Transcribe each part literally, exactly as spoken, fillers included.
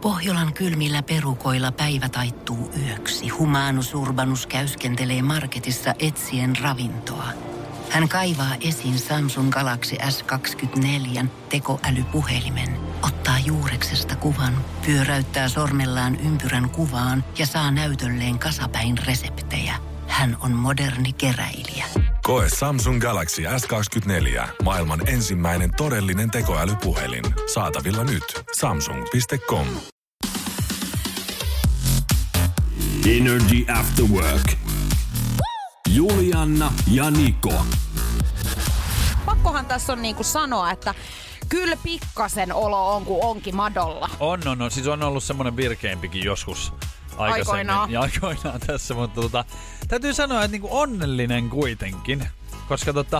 Pohjolan kylmillä perukoilla päivä taittuu yöksi. Humanus Urbanus käyskentelee marketissa etsien ravintoa. Hän kaivaa esiin Samsung Galaxy S kaksikymmentäneljä tekoälypuhelimen, ottaa juureksesta kuvan, pyöräyttää sormellaan ympyrän kuvaan ja saa näytölleen kasapäin reseptejä. Hän on moderni keräilijä. Koe Samsung Galaxy S kaksikymmentäneljä, maailman ensimmäinen todellinen tekoälypuhelin. Saatavilla nyt. samsung piste com. Energy After Work. Julianna ja Niko. Pakkohan tässä on niinku sanoa, että kyllä pikkasen olo on, kun onkin madolla. On, on, on. Siis on ollut semmoinen virkeämpikin joskus aikaisemmin. Aikoinaan. Ja aikoinaan tässä, mutta tota, täytyy sanoa, että niinku onnellinen kuitenkin. Koska tota,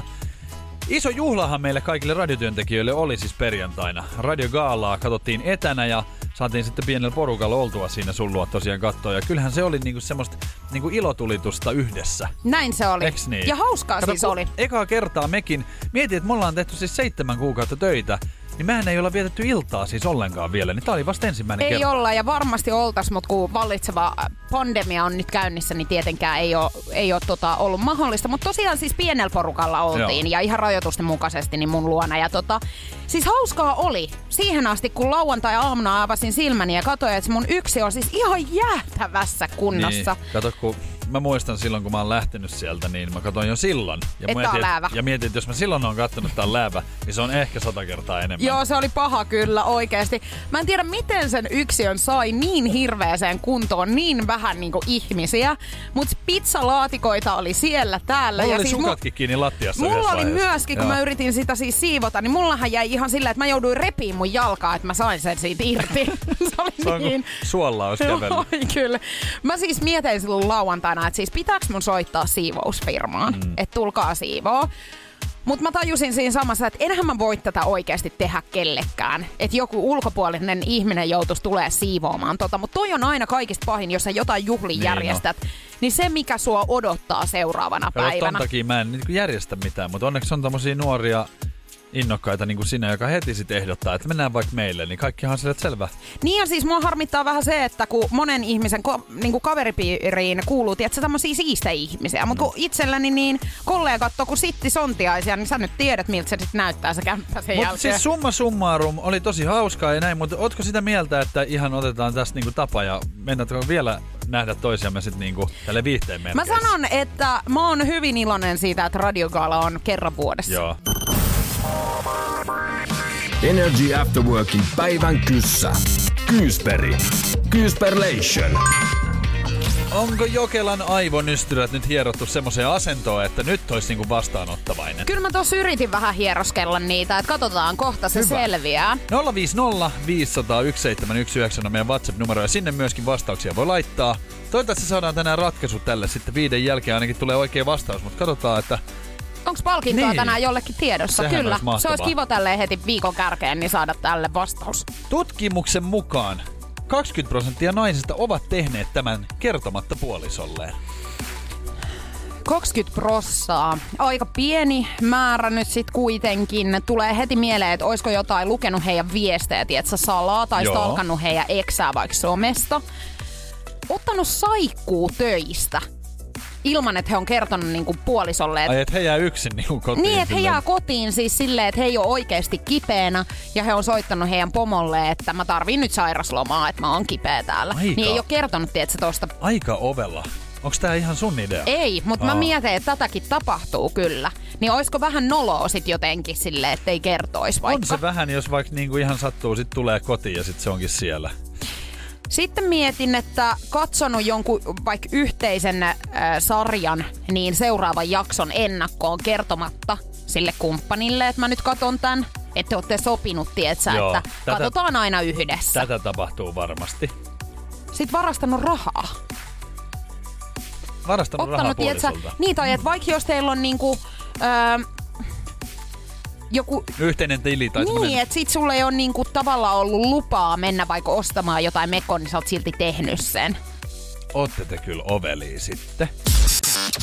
iso juhlahan meille kaikille radiotyöntekijöille oli siis perjantaina. Radiogaalaa katsottiin etänä ja saatiin sitten pienellä porukalla oltua siinä sullua tosiaan katsoa. Ja kyllähän se oli niinku semmoista niinku ilotulitusta yhdessä. Näin se oli. Eks niin? Ja hauskaa Kato, siis oli. Ekaa kertaa mekin mietin, että me ollaan tehty siis seitsemän kuukautta töitä. Niin mehän ei olla vietetty iltaa siis ollenkaan vielä, niin tää oli vasta ensimmäinen ei kerta. Ei olla, ja varmasti oltais, mutta kun vallitseva pandemia on nyt käynnissä, niin tietenkään ei ole, ei ole tota, ollut mahdollista. Mutta tosiaan siis pienellä porukalla oltiin, Joo. ja ihan rajoitusten mukaisesti niin mun luona. Ja tota, siis hauskaa oli siihen asti, kun lauantai-aamuna avasin silmäni ja katsoin, että mun yksi on siis ihan jäätävässä kunnossa. Niin, kato kun mä muistan silloin, kun mä oon lähtenyt sieltä, niin mä katsoin jo silloin. Ja että mietin, on läävä. Ja mietin, että jos mä silloin oon kattonut, että tää on läävä, niin se on ehkä sata kertaa enemmän. Joo, se oli paha kyllä oikeesti. Mä en tiedä, miten sen yksiön sai niin hirveäseen kuntoon niin vähän niinku ihmisiä, mutta pizzalaatikoita oli siellä täällä. Mulla ja oli siis sukatkin mu- kiinni lattiassa. Mulla oli vaiheessa. myöskin, kun Joo. mä yritin sitä siis siivota, niin mullahan jäi ihan silleen, että mä jouduin repiin mun jalkaa, että mä sain sen siitä irti. se oli se on niin. Suolla olisi kävellyt. Oi, kyllä. Mä siis mietin silloin lauantaina, että siis pitääkö mun soittaa siivousfirmaan, mm. että tulkaa siivoo. Mutta mä tajusin siinä samassa, että enhän mä voi tätä oikeasti tehdä kellekään. Että joku ulkopuolinen ihminen joutuisi tulee siivoamaan tota. Mutta toi on aina kaikista pahin, jos sä jotain juhlia niin järjestät. No. Niin se, mikä sua odottaa seuraavana Kato, päivänä. Ton takia mä en niin järjestä mitään, mutta onneksi on tommosia nuoria innokkaita niin kuin sinä, joka heti sit ehdottaa, että mennään vaikka meille, niin kaikkihan on sille, että selvä. Niin ja siis mua harmittaa vähän se, että kun monen ihmisen ko- niin kuin kaveripiiriin kuuluu, tiedätkö, tämmöisiä siistejä ihmisiä, mutta kun itselläni niin kollegat kun sitti sontiaisia, niin sä nyt tiedät, miltä se sit näyttää se kämppä sen Mut jälkeen. siis summa summarum oli tosi hauskaa ja näin, mutta ootko sitä mieltä, että ihan otetaan tästä niinku tapa ja mennäänkö vielä nähdä toisiamme sit niinku tälle viihteen merkeissä? Mä sanon, että mä oon hyvin iloinen siitä, että Radiogaala on kerran vuodessa. Joo. Energy After Workin päivän kyssä. Kyysperi. Kyysperlation. Onko Jokelan aivonystyrät nyt hierottu semmoiseen asentoon, että nyt olisi niinku vastaanottavainen? Kyllä mä tossa yritin vähän hieroskella niitä, että katsotaan kohta se Hyvä. selviää. nolla viisi nolla viisi nolla nolla yksi seitsemän yksi yhdeksän on meidän WhatsApp-numero ja sinne myöskin vastauksia voi laittaa. Toivottavasti saadaan tänään ratkaisu tälle sitten viiden jälkeen ainakin tulee oikea vastaus, mutta katsotaan, että Onko palkintoa niin. tänään jollekin tiedossa? Sehän Kyllä. olisi Se olisi kiva tälleen heti viikon kärkeen niin saada tälle vastaus. tutkimuksen mukaan kaksikymmentä prosenttia naisista ovat tehneet tämän kertomatta puolisolleen. kaksikymmentä prossaa. Aika pieni määrä nyt sit kuitenkin. Tulee heti mieleen, että olisiko jotain lukenut heidän viestejä, tietsä, salaa tai stalkannut heidän eksää vaikka somesta. Ottanut saikkuu töistä. Ilman, että he on kertonut niinku puolisolle. Et... Ai, että he jää yksin niinku kotiin. Niin, että he silleen. jää kotiin siis silleen, että he ei ole oikeasti kipeänä. Ja he on soittanut heidän pomolle, että mä tarviin nyt sairaslomaa, että mä oon kipeä täällä. Aika. Niin ei ole kertonut, tietsä, tosta. Aika ovella. Onks tää ihan sun idea? Ei, mutta Aa. mä mietin, että tätäkin tapahtuu kyllä. Niin oisko vähän noloa sit jotenkin silleen, että ei kertois vaikka. On se vähän, jos vaikka niinku ihan sattuu, sit tulee kotiin ja sit se onkin siellä. Sitten mietin, että katsonut jonkun vaikka yhteisen äh, sarjan, niin seuraavan jakson ennakkoon kertomatta sille kumppanille, että mä nyt katon tän. Että te ootte sopinut, tietsä, Joo, että tätä, katsotaan aina yhdessä. Tätä tapahtuu varmasti. Sitten varastanut rahaa. Varastanut rahaa Ottanut, tietsä, puolisolta. niin tai että vaikka jos teillä on niinku... Öö, joku... Yhteinen tili tai Niin, semmonen... että sit sulla ei ole niinku tavallaan ollut lupaa mennä vaikka ostamaan jotain mekkoa, niin sä oot silti tehnyt sen. Ootte te kyllä oveliin sitten.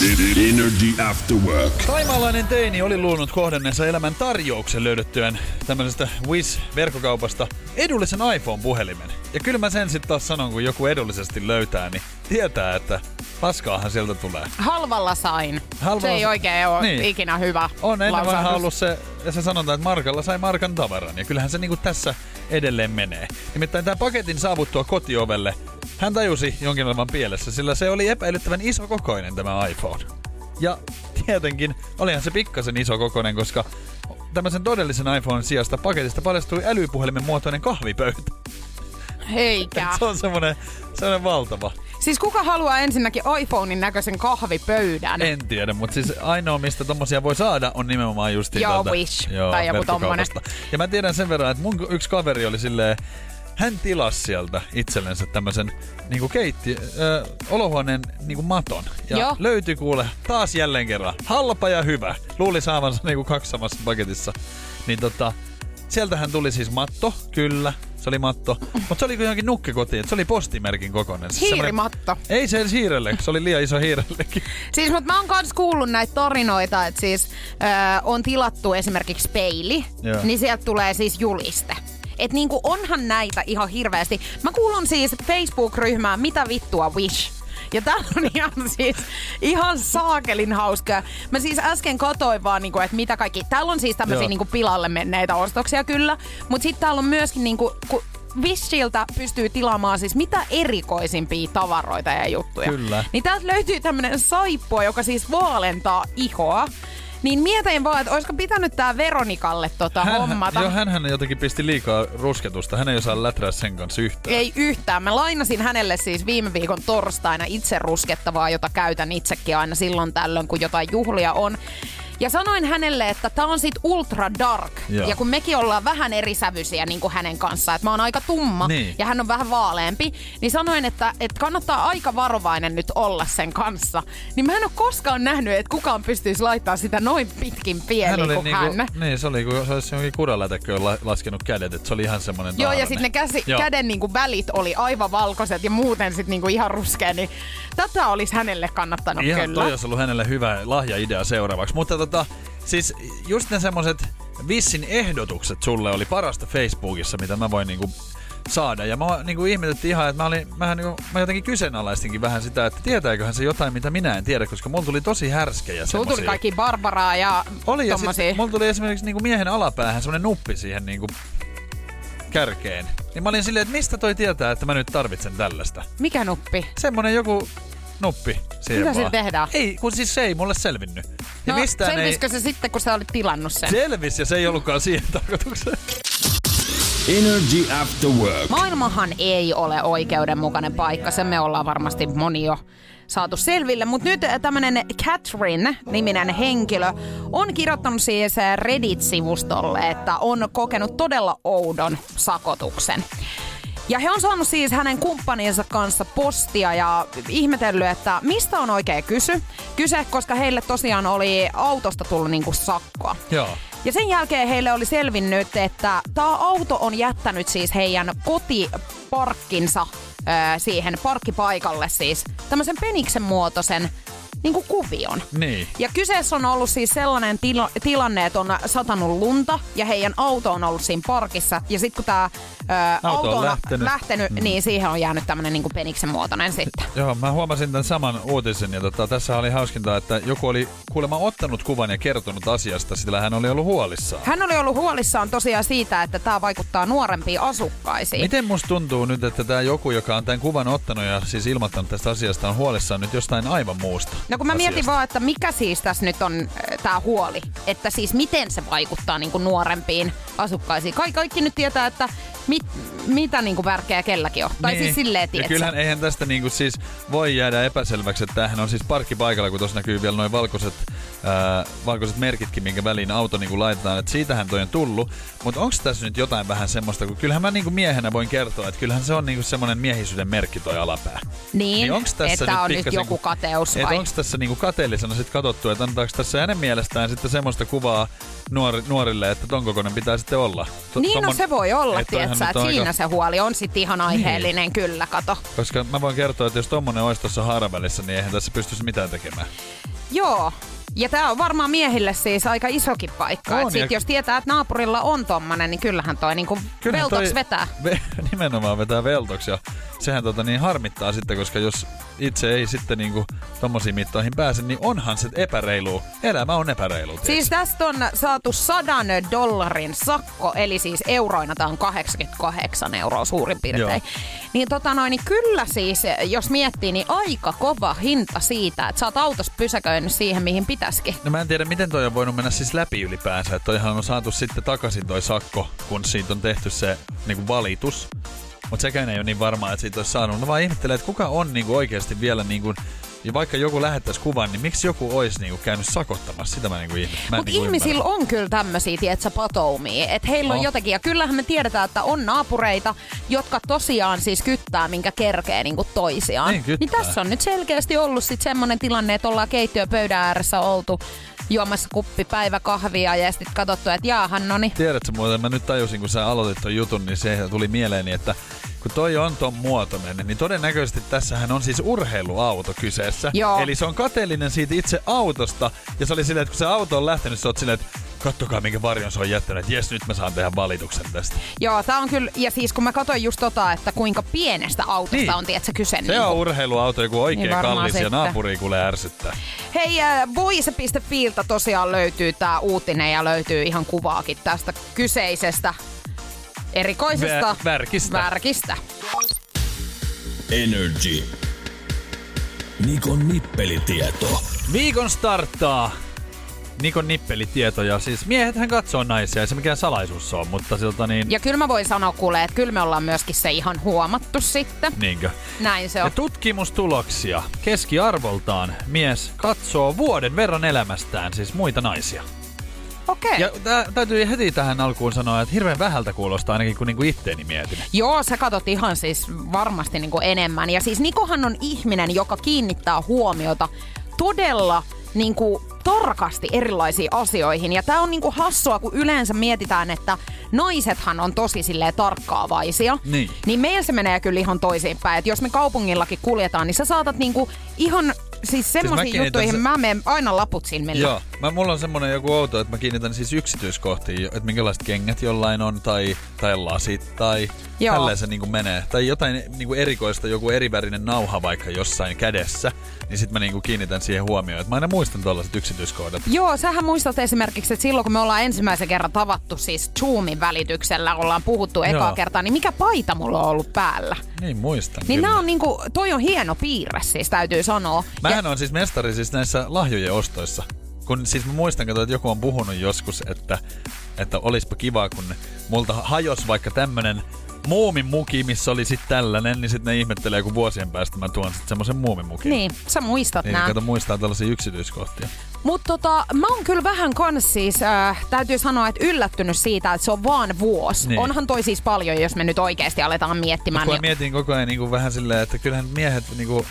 Energy After Work. Taimaalainen teini oli luonut kohdanneensa elämän tarjouksen löydettyään tämmöisestä Wish-verkkokaupasta edullisen iPhone-puhelimen. Ja kyllä mä sen sitten taas sanon, kun joku edullisesti löytää, niin tietää, että paskaahan sieltä tulee. Halvalla sain. Halvalla se ei oikein ole niin. ikinä hyvä On ennen lausahdus. vanha ollut se, ja se sanotaan, että markalla sai markan tavaran. Ja kyllähän se niinku tässä edelleen menee. Nimittäin tämän paketin saavuttua kotiovelle hän tajusi jonkin olevan pielessä, sillä se oli epäilyttävän isokokoinen tämä iPhone. Ja tietenkin olihan se pikkasen isokokoinen, koska tämmöisen todellisen iPhonen sijasta paketista paljastui älypuhelimen muotoinen kahvipöytä. Heikä. Se on semmoinen, semmoinen valtava. Siis kuka haluaa ensinnäkin iPhonein näköisen kahvipöydän? En tiedä, mutta siis ainoa mistä tommosia voi saada on nimenomaan justiin Joo, tältä, Wish joo, tai joku tommonen. Ja mä tiedän sen verran, että mun yksi kaveri oli silleen, hän tilasi sieltä itsellensä tämmösen niinku keitti, ö, olohuoneen niinku maton. Ja Joo. löytyi kuule taas jälleen kerran halpa ja hyvä. Luuli saavansa niinku kaksi samassa paketissa. Niin tota, sieltähän tuli siis matto, kyllä. Se oli matto, mutta se oli johonkin nukkekotiin, se oli postimerkin kokoinen. Hiirimatto. Ei se edes hiirelle, se oli liian iso hiirellekin. Siis mutta mä oon kans kuullut näitä tarinoita, että siis äh, on tilattu esimerkiksi peili, Joo. niin sieltä tulee siis juliste. Et niinku onhan näitä ihan hirveästi. Mä kuulun siis Facebook-ryhmään Mitä vittua Wish. Ja täällä on ihan siis ihan saakelin hauskaa. Mä siis äsken katoin vaan, niinku, että mitä kaikki... Täällä on siis tämmösiä niinku pilalle menneitä ostoksia kyllä. Mut sit täällä on myöskin niinku... Ku Wishiltä pystyy tilaamaan siis mitä erikoisimpia tavaroita ja juttuja. Kyllä. Niin täältä löytyy tämmönen saippua, joka siis vaalentaa ihoa. Niin mietin vaan, että olisiko pitänyt tää Veronikalle tota Hänhän, hommata. joo, hänhän jotenkin pisti liikaa rusketusta. Hän ei osaa läträä sen kanssa yhtään. Ei yhtään. Mä lainasin hänelle siis viime viikon torstaina itse ruskettavaa, jota käytän itsekin aina silloin tällöin, kun jotain juhlia on. Ja sanoin hänelle, että tää on sit ultra dark. Joo. Ja kun mekin ollaan vähän eri sävyisiä niin kuin hänen kanssaan, että mä oon aika tumma niin. ja hän on vähän vaaleampi, niin sanoin, että, että kannattaa aika varovainen nyt olla sen kanssa. Niin mä en oo koskaan nähnyt, että kukaan pystyisi laittamaan sitä noin pitkin pieliin kuin niinku, hän. Niin, se oli kuin se olisi jonkin kuralätäkköön la, laskenut kädet, että se oli ihan semmoinen Joo, ja taarainen. sitten ne käsi, Joo. käden niinku välit oli aivan valkoiset ja muuten sit niinku ihan ruskea, niin tätä olisi hänelle kannattanut Ihan kyllä. toi olisi ollut hänelle hyvä lahjaidea seuraavaksi. Mutta tota, siis just ne semmoset Wishin ehdotukset sulle oli parasta Facebookissa, mitä mä voin niinku saada. Ja mä niinku ihmetettiin ihan, että mä, olin, mähän niinku, mä jotenkin kyseenalaistinkin vähän sitä, että tietääköhän se jotain, mitä minä en tiedä, koska mulla tuli tosi härskejä Sulla semmosia. tuli kaikki Barbaraa ja Oli, ja tommosia. sit mulla tuli esimerkiksi niinku miehen alapäähän semmonen nuppi siihen niinku kärkeen. Niin mä olin silleen, että mistä toi tietää, että mä nyt tarvitsen tällaista. Mikä nuppi? Semmonen joku nuppi siihen Mitä vaan. sillä tehdään? Ei, kun siis se ei mulle selvinnyt. Ja No, mistään selvisikö ei... se sitten, kun sä olit tilannut sen? Selvis, ja se ei ollutkaan siihen tarkoitukseen. Energy After Work. Maailmahan ei ole oikeudenmukainen paikka, sen me ollaan varmasti moni jo saatu selville. Mutta nyt tämmönen Catherine-niminen henkilö on kirjoittanut siis Reddit-sivustolle, että on kokenut todella oudon sakotuksen. Ja he on saanut siis hänen kumppaninsa kanssa postia ja ihmetellyt, että mistä on oikein kysy. Kyse, koska heille tosiaan oli autosta tullut niinku sakkoa. Joo. Ja sen jälkeen heille oli selvinnyt, että tämä auto on jättänyt siis heidän kotiparkkinsa ää, siihen parkkipaikalle siis tämmöisen peniksen muotoisen niin kuin kuvion. Niin. Ja kyseessä on ollut siis sellainen tila- tilanne, että on satanut lunta ja heidän auto on ollut siinä parkissa. Ja sitten kun tämä auto, auto on lähtenyt, lähtenyt mm. niin siihen on jäänyt tämmöinen niin kuin peniksen muotoinen sitten. Joo, mä huomasin tämän saman uutisen ja tota, tässä oli hauskinta, että joku oli kuulemma ottanut kuvan ja kertonut asiasta, sillä hän oli ollut huolissaan. Hän oli ollut huolissaan tosiaan siitä, että tämä vaikuttaa nuorempiin asukkaisiin. Miten musta tuntuu nyt, että tämä joku, joka on tämän kuvan ottanut ja siis ilmoittanut tästä asiasta, on huolissaan nyt jostain aivan muusta? No kun mä asiasta. mietin vaan, että mikä siis tässä nyt on äh, tää huoli. Että siis miten se vaikuttaa niinku nuorempiin asukkaisiin. Ka- kaikki nyt tietää, että mit, mitä niinku värkeä kelläkin on. Tai niin. siis silleen, Ja tietsä. kyllähän eihän tästä niinku siis voi jäädä epäselväksi, että tämähän on siis parkkipaikalla, kun tuossa näkyy vielä noin valkoiset, ää, valkoiset merkitkin, minkä väliin auto niinku laitetaan. Että siitähän toi on tullut. Mutta onko tässä nyt jotain vähän semmoista, kun kyllähän mä niinku miehenä voin kertoa, että kyllähän se on niinku semmoinen miehisyyden merkki toi alapää. Niin, niin onks tässä että nyt on nyt pikkasen, joku kateus et vai? onko tässä niinku kateellisena sit katsottu, että annetaanko tässä hänen mielestään sitten semmoista kuvaa nuori, nuorille, että ton kokoinen pitää sitten olla? To, niin, tommon, no se voi olla, et toihan tietsä, nyt että on siinä aika- se huoli on sitten ihan aiheellinen Niin. kyllä, kato. Koska mä voin kertoa, että jos tommonen olisi tuossa haaravälissä, niin eihän tässä pystyisi mitään tekemään. Joo. Ja tää on varmaan miehille siis aika isokin paikka. On, Et sit ja... jos tietää, että naapurilla on tommonen, niin kyllähän toi niinku kyllähän veltoks toi vetää. Ve- nimenomaan vetää veltoksi. Ja sehän tota niin harmittaa sitten, koska jos itse ei sitten niinku tommosiin mittoihin pääse, niin onhan se epäreilu. Elämä on epäreilu. Siis tästä on saatu sadan dollarin sakko, eli siis euroina tää on kahdeksankymmentäkahdeksan euroa suurin piirtein. Joo. Niin tota noin, niin kyllä siis, jos miettii, niin aika kova hinta siitä, että sä oot autossa pysäköinyt siihen, mihin pitäisikin. No mä en tiedä, miten toi on voinut mennä siis läpi ylipäänsä. Että toihan on saatu sitten takaisin toi sakko, kun siitä on tehty se niinku valitus. Mutta sekään ei ole niin varmaa, että siitä olisi saanut. No vaan ihmettelen, että kuka on niinku oikeasti vielä niinku... Ja vaikka joku lähettäisi kuvan, niin miksi joku olisi niinku käynyt sakottamassa? Sitä mä niinku ihmettelen. Mutta niinku ihmisillä ymmärrä. On kyllä tämmöisiä, tietsä, patoumia. Että heillä on oh. jotenkin. Ja kyllähän me tiedetään, että on naapureita, jotka tosiaan siis kyttää, minkä kerkee niinku toisiaan. Niin, niin tässä on nyt selkeästi ollut sit semmoinen tilanne, että ollaan keittiöpöydän ääressä oltu juomassa kuppi päiväkahvia ja sitten katsottu, että jaahan, noni. Tiedätkö muuten, mä nyt tajusin, kun sä aloitit ton jutun, niin se tuli mieleeni, että kun toi on ton muotoinen, niin todennäköisesti tässähän on siis urheiluauto kyseessä. Joo. Eli se on kateellinen siitä itse autosta, ja se oli silleen, että kun se auto on lähtenyt, sä oot silleen, että kattokaa minkä varjon se on jättänyt, että jes, nyt mä saan tehdä valituksen tästä. Joo, tää on kyllä, ja siis kun mä katsoin just tota, että kuinka pienestä autosta niin. on, tietsä, kyse. Se niin on urheiluauto, joku oikein niin kallis sitten. Ja naapuri kuulee ärsyttää. Hei, äh, voise piste fiiltä tosiaan löytyy tää uutinen ja löytyy ihan kuvaakin tästä kyseisestä erikoisesta Vä- värkistä. värkistä. Energy. Nikon nippelitieto. Viikon starttaa Nikon nippelitietoja. Siis miehethän katsoo naisia, ei se mikään salaisuus on, mutta siltä niin... Ja kyllä mä voin sanoa kuule, että kyllä me ollaan myöskin se ihan huomattu sitten. Niinkö? Näin se on. Ja tutkimustuloksia. Keskiarvoltaan mies katsoo vuoden verran elämästään, siis muita naisia. Okei. Ja tää, täytyy heti tähän alkuun sanoa, että hirveän vähältä kuulostaa ainakin kun niinku itteeni mietin. Joo, sä katot ihan siis varmasti niinku enemmän. Ja siis Nikohan on ihminen, joka kiinnittää huomiota todella niinku tarkasti erilaisiin asioihin. Ja tää on niinku hassua, kun yleensä mietitään, että naisethan on tosi silleen tarkkaavaisia. Niin. Niin meillä se menee kyllä ihan toisinpäin. Että jos me kaupungillakin kuljetaan, niin sä saatat niinku ihan... Siis semmoisiin siis juttuihin se... mä menen aina laput silmillä. Joo. Mä, mulla on semmonen joku outo, että mä kiinnitän siis yksityiskohtiin, että minkälaiset kengät jollain on, tai, tai lasit, tai Joo. tälleen se niinku menee. Tai jotain niinku erikoista, joku erivärinen nauha vaikka jossain kädessä, niin sit mä niinku kiinnitän siihen huomioon. Että mä aina muistan tollaiset yksityiskohdat. Joo, sähän muistat esimerkiksi, että silloin kun me ollaan ensimmäisen kerran tavattu siis Zoomin välityksellä, ollaan puhuttu ekaa Joo. kertaa, niin mikä paita mulla on ollut päällä? Niin muistan. Niin kyllä. nää on niinku, toi on hieno piirre siis, täytyy sanoa. Mähän on siis mestari siis näissä lahjojen ostoissa. Kun siis mä muistan, että joku on puhunut joskus, että, että olispa kiva, kun multa hajos vaikka tämmönen muumimuki, missä oli sit tällainen, niin sit ne ihmettelee, kun vuosien päästä mä tuon sit semmosen muumimukin. Niin, sä muistat niin, nää. Niin, kato muistaa tällaisia yksityiskohtia. Mut tota, mä oon kyllä vähän kans siis, äh, täytyy sanoa, että yllättynyt siitä, että se on vaan vuosi. Niin. Onhan toi siis paljon, jos me nyt oikeesti aletaan miettimään. Mut kun niin... mietin koko ajan niin kuin vähän silleen, että kyllähän miehet niinku...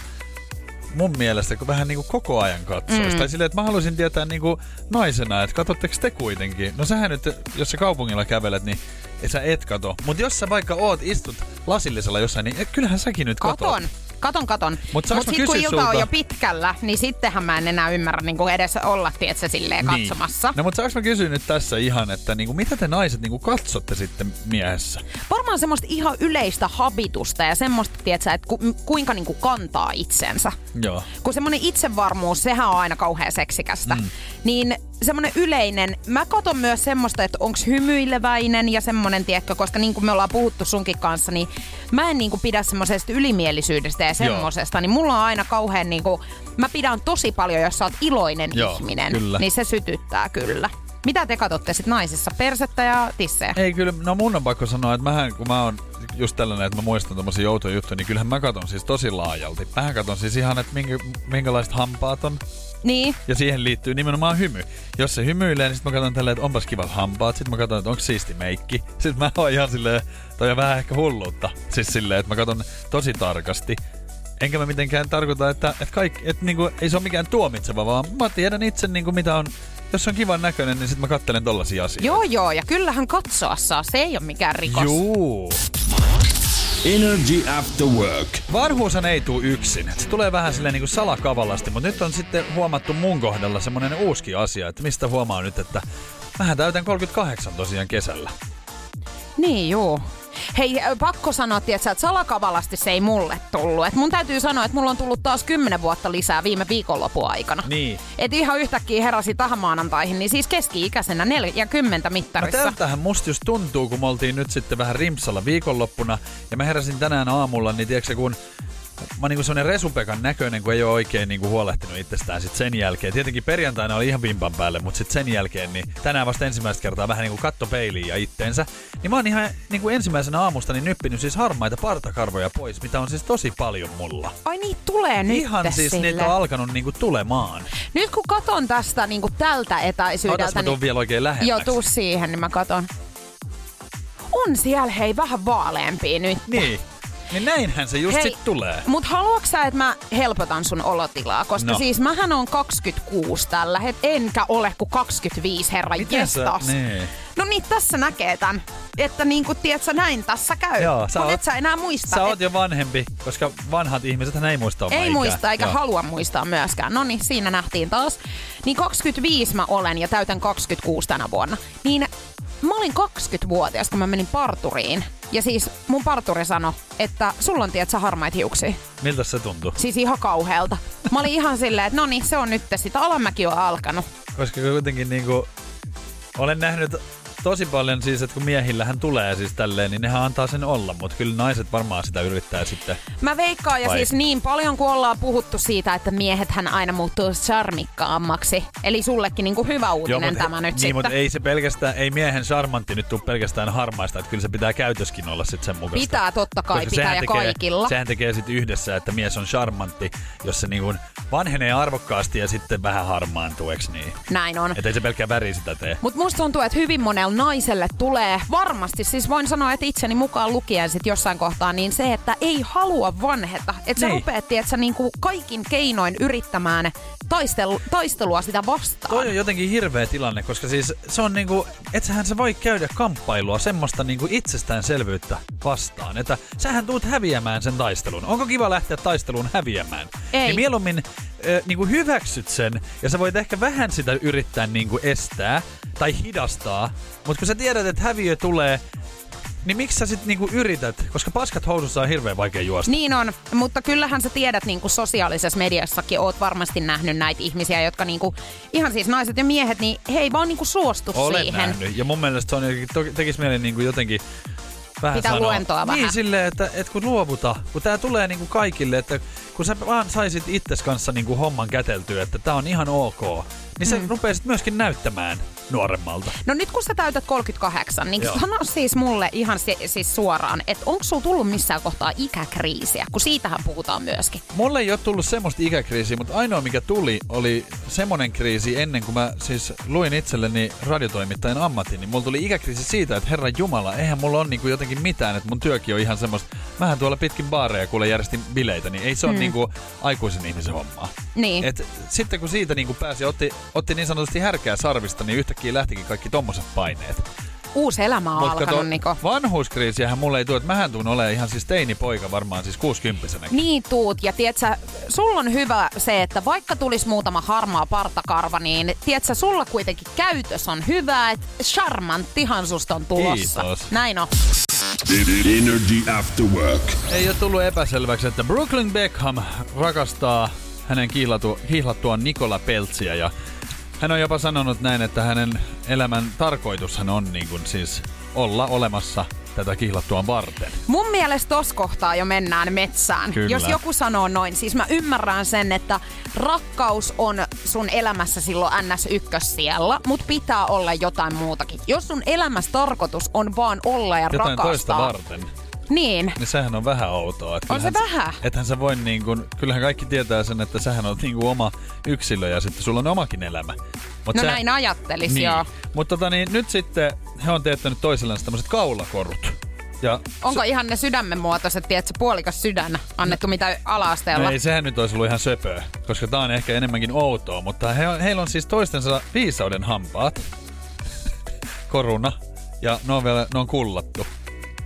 mun mielestä kun vähän niinku koko ajan katsoisi. Mm. Tai silleen, että mä haluaisin tietää niinku naisena, että katsotteko te kuitenkin? No sähän nyt, jos sä kaupungilla kävelet, niin et sä et kato. Mut jos sä vaikka oot, istut lasillisella jossain, niin et, kyllähän säkin nyt katot. Katon. Katon, katon. Mutta Mut sitten kun ilta sulta... on jo pitkällä, niin sittenhän mä en enää ymmärrä niin edes olla, tietsä, silleen niin. katsomassa. No mutta saanko mä kysyä nyt tässä ihan, että niinku, mitä te naiset niinku katsotte sitten miehessä? Varmaan semmoista ihan yleistä habitusta ja semmoista, tietsä, että ku, kuinka niinku kantaa itsensä. Joo. Kun semmoinen itsevarmuus, sehän on aina kauhean seksikästä. Mm. Niin semmoinen yleinen, mä katon myös semmoista, että onks hymyileväinen ja semmoinen, tiedätkö, koska niin kuin me ollaan puhuttu sunkin kanssa, niin mä en niin kuin pidä semmoisesta ylimielisyydestä ja semmosesta, niin mulla on aina kauhean niin kuin, mä pidän tosi paljon, jos sä oot iloinen Joo, ihminen, kyllä. niin se sytyttää kyllä. Mitä te katsotte sit naisissa? Persettä ja tissejä? Ei kyllä, no mun on pakko sanoa, että mähän, kun mä oon just tällainen, että mä muistan tommosia joutoja juttuja, niin kyllähän mä katon siis tosi laajalti. Mähän katon siis ihan, että minkä, minkälaiset hampaat on. Niin. Ja siihen liittyy nimenomaan hymy. Jos se hymyilee, niin sit mä katson tälleen, että onpas kivat hampaat. Sitten mä katson, että onko siisti meikki. Sitten mä oon ihan silleen, toi on vähän ehkä hulluutta. Siis silleen, että mä katson tosi tarkasti. Enkä mä mitenkään tarkoita, että, että, kaikki, että niinku, ei se ole mikään tuomitseva, vaan mä tiedän itse niinku, mitä on. Jos on kivan näköinen, niin sit mä katselen tollasia asioita. Joo joo, ja kyllähän katsoa saa. Se ei ole mikään rikos. Juu. Energy After Work. Vanhuushan ei tuu yksin. Se tulee vähän silleen niin kuin salakavalasti, mutta nyt on sitten huomattu mun kohdalla semmonen uusi asia, että mistä huomaa nyt, että mähän täytän kolmekymmentäkahdeksan tosiaan kesällä. Niin juu. Hei, pakko sanoa, tietsä, että salakavalasti se ei mulle tullut. Et mun täytyy sanoa, että mulla on tullut taas kymmenen vuotta lisää viime viikonlopun aikana. Niin. Et ihan yhtäkkiä heräsi tähän maanantaihin, niin siis keski-ikäisenä neljäkymmentä mittarissa. No tältähän musta just tuntuu, kun me oltiin nyt sitten vähän rimpsalla viikonloppuna. Ja mä heräsin tänään aamulla, niin tiedätkö kun mä oon niinku semmonen Resupekan näköinen, kun ei oo oikein niinku huolehtinut itsestään sit sen jälkeen. Tietenkin perjantaina oli ihan vimpan päälle, mutta sit sen jälkeen, niin tänään vasta ensimmäistä kertaa vähän niinku katto peiliin ja itteensä. Niin mä oon ihan niinku ensimmäisenä aamusta niin nyppinyt siis harmaita partakarvoja pois, mitä on siis tosi paljon mulla. Ai niin, tulee nyt ihan siis sille. Niitä on alkanut niinku tulemaan. Nyt kun katon tästä niinku tältä etäisyydeltä. Otas mä tuun niin... vielä oikein lähemmäksi. Joo, tuu siihen, niin mä katon. On siellä hei vähän vaaleampia nyt. Niin. Niin näinhän se just Hei, sit tulee. Mut haluatko sä, että mä helpotan sun olotilaa? Koska no. siis mähän on kaksikymmentäkuusi tällä het, enkä ole kuin kaksikymmentäviisi, herra jestas. Nee. No niin, tässä näkee tän. Että niinku, tiedätkö, näin tässä käy. Joo, sä Kun oot, et sä enää muista. Sä et... oot jo vanhempi, koska vanhat ihmisethän ei muista omaa Ei ikää. muista, eikä Joo. halua muistaa myöskään. No niin, siinä nähtiin taas. Niin kaksikymmentäviisi mä olen ja täytän kaksikymmentäkuusi tänä vuonna. Niin mä olin kaksikymmentävuotias, kun mä menin parturiin. Ja siis mun parturi sanoi, että sulla on tiedätkö harmaita hiuksia. Miltä se tuntui? Siis ihan kauhealta. Mä olin ihan silleen, että no niin, se on nyt sitä. Alamäki on alkanut. Koska kuitenkin niinku, olen nähnyt tosi paljon siis, että kun miehillähän tulee siis tälleen, niin nehän antaa sen olla, mutta kyllä naiset varmaan sitä yrittää sitten. Mä veikkaan, ja Vai? siis niin paljon kun ollaan puhuttu siitä, että miehethän aina muuttuu charmikkaammaksi. Eli sullekin niinku hyvä uutinen Joo, tämä he, nyt niin, sitten. mutta ei se pelkästään, ei miehen charmantti nyt tule pelkästään harmaista, että kyllä se pitää käytöskin olla sitten sen mukaista. Pitää totta kai, Koska pitää ja tekee, kaikilla. Sehän tekee sitten yhdessä, että mies on charmantti, jos se niinku vanhenee arvokkaasti ja sitten vähän harmaantuu, eks niin? Näin on. Että ei se pelkkää väri sitä tee. Mutta musta tuntuu, että hyvin monella naiselle tulee varmasti, siis voin sanoa, että itseni mukaan lukien sit jossain kohtaa, niin se, että ei halua vanheta. Että sä Niin. rupeat, että sä niinku kaikin keinoin yrittämään taistelu, taistelua sitä vastaan. Toi on jotenkin hirveä tilanne, koska siis se on niinku, et sähän sä voi käydä kamppailua semmoista niinku itsestäänselvyyttä vastaan, että sähän tuut häviämään sen taistelun. Onko kiva lähteä taisteluun häviämään? Ei. Niin mieluummin äh, niinku hyväksyt sen ja sä voit ehkä vähän sitä yrittää niinku estää tai hidastaa, mutta kun sä tiedät, että häviö tulee, niin miksi sä sit niinku yrität? Koska paskat housussa on hirveän vaikea juosta. Niin on, mutta kyllähän sä tiedät niinku sosiaalisessa mediassakin, oot varmasti nähnyt näitä ihmisiä, jotka niinku, ihan siis naiset ja miehet, niin he ei vaan niinku suostu Olen siihen. nähnyt. Ja mun mielestä se on jotenkin, to- tekis mieli niinku jotenkin vähän Pitää sanoa. luentoa vähän. Niin silleen, että, että kun luovuta, kun tää tulee niinku kaikille, että kun sä vaan saisit itses kanssa niinku homman käteltyä, että tää on ihan ok, niin sä mm. rupeasit myöskin näyttämään nuoremmalta. No nyt kun sä täytät kolmekymmentäkahdeksan, niin Joo. sano siis mulle ihan si- siis suoraan, että onko sulla tullut missään kohtaa ikäkriisiä, kun siitähän puhutaan myöskin. Mulle ei ole tullut semmoista ikäkriisiä, mutta ainoa mikä tuli oli semmonen kriisi ennen kuin mä siis luin itselleni radiotoimittajan ammatin, niin mulla tuli ikäkriisi siitä, että herran jumala, eihän mulla ole niinku jotenkin mitään, että mun työkin on ihan semmoista, mähän tuolla pitkin baareja kuule järjestin bileitä, niin ei se ole mm. niinku aikuisen ihmisen hommaa. Niin. Et sitten kun siitä niinku pääsi, otti, otti niin sanotusti härkää sarvista, niin yhtäkkiä lähtikin kaikki tommoset paineet. Uusi elämä on Mut alkanut, kato, Niko. vanhuuskriisiähän mulle ei tule, että mähän tuun olemaan ihan siis teinipoika varmaan siis kuusikymppisenäkin. Niin tuut, ja tiedätkö, sulla on hyvä se, että vaikka tulisi muutama harmaa partakarva, niin tiedätkö, sulla kuitenkin käytös on hyvä, että charmanttihan susta on tulossa. Kiitos. Näin on. Energy After Work. Ei ole tullut epäselväksi, että Brooklyn Beckham rakastaa hänen kihlatu, kihlattuaan Nikola Peltsiä ja hän on jopa sanonut näin, että hänen elämän tarkoitushan on niin kuin siis olla olemassa tätä kihlattuaan varten. Mun mielestä tossa kohtaa jo mennään metsään. Kyllä. Jos joku sanoo noin, siis mä ymmärrän sen, että rakkaus on sun elämässä silloin ns ykkössijalla, mut pitää olla jotain muutakin. Jos sun elämässä tarkoitus on vaan olla ja Jotain rakastaa. toista varten. Niin. Niin sehän on vähän outoa. Että On se kyllähän vähän. Ethän sä voi niin kuin, kyllähän kaikki tietää sen, että sähän on niin kuin oma yksilö ja sitten sulla on omakin elämä. Mut No sä, näin ajattelis, niin. joo. Mutta tota niin, nyt sitten he on teettänyt toisilleen tämmöiset kaulakorut. Ja Onko ihan ne sydämen muotoiset, tiedätkö, puolikas sydän annettu mitä ala-asteella? No ei, sehän nyt olisi ollut ihan söpöä, koska tää on ehkä enemmänkin outoa, mutta he, heillä on siis toistensa viisauden hampaat koruna ja ne on vielä ne on kullattu.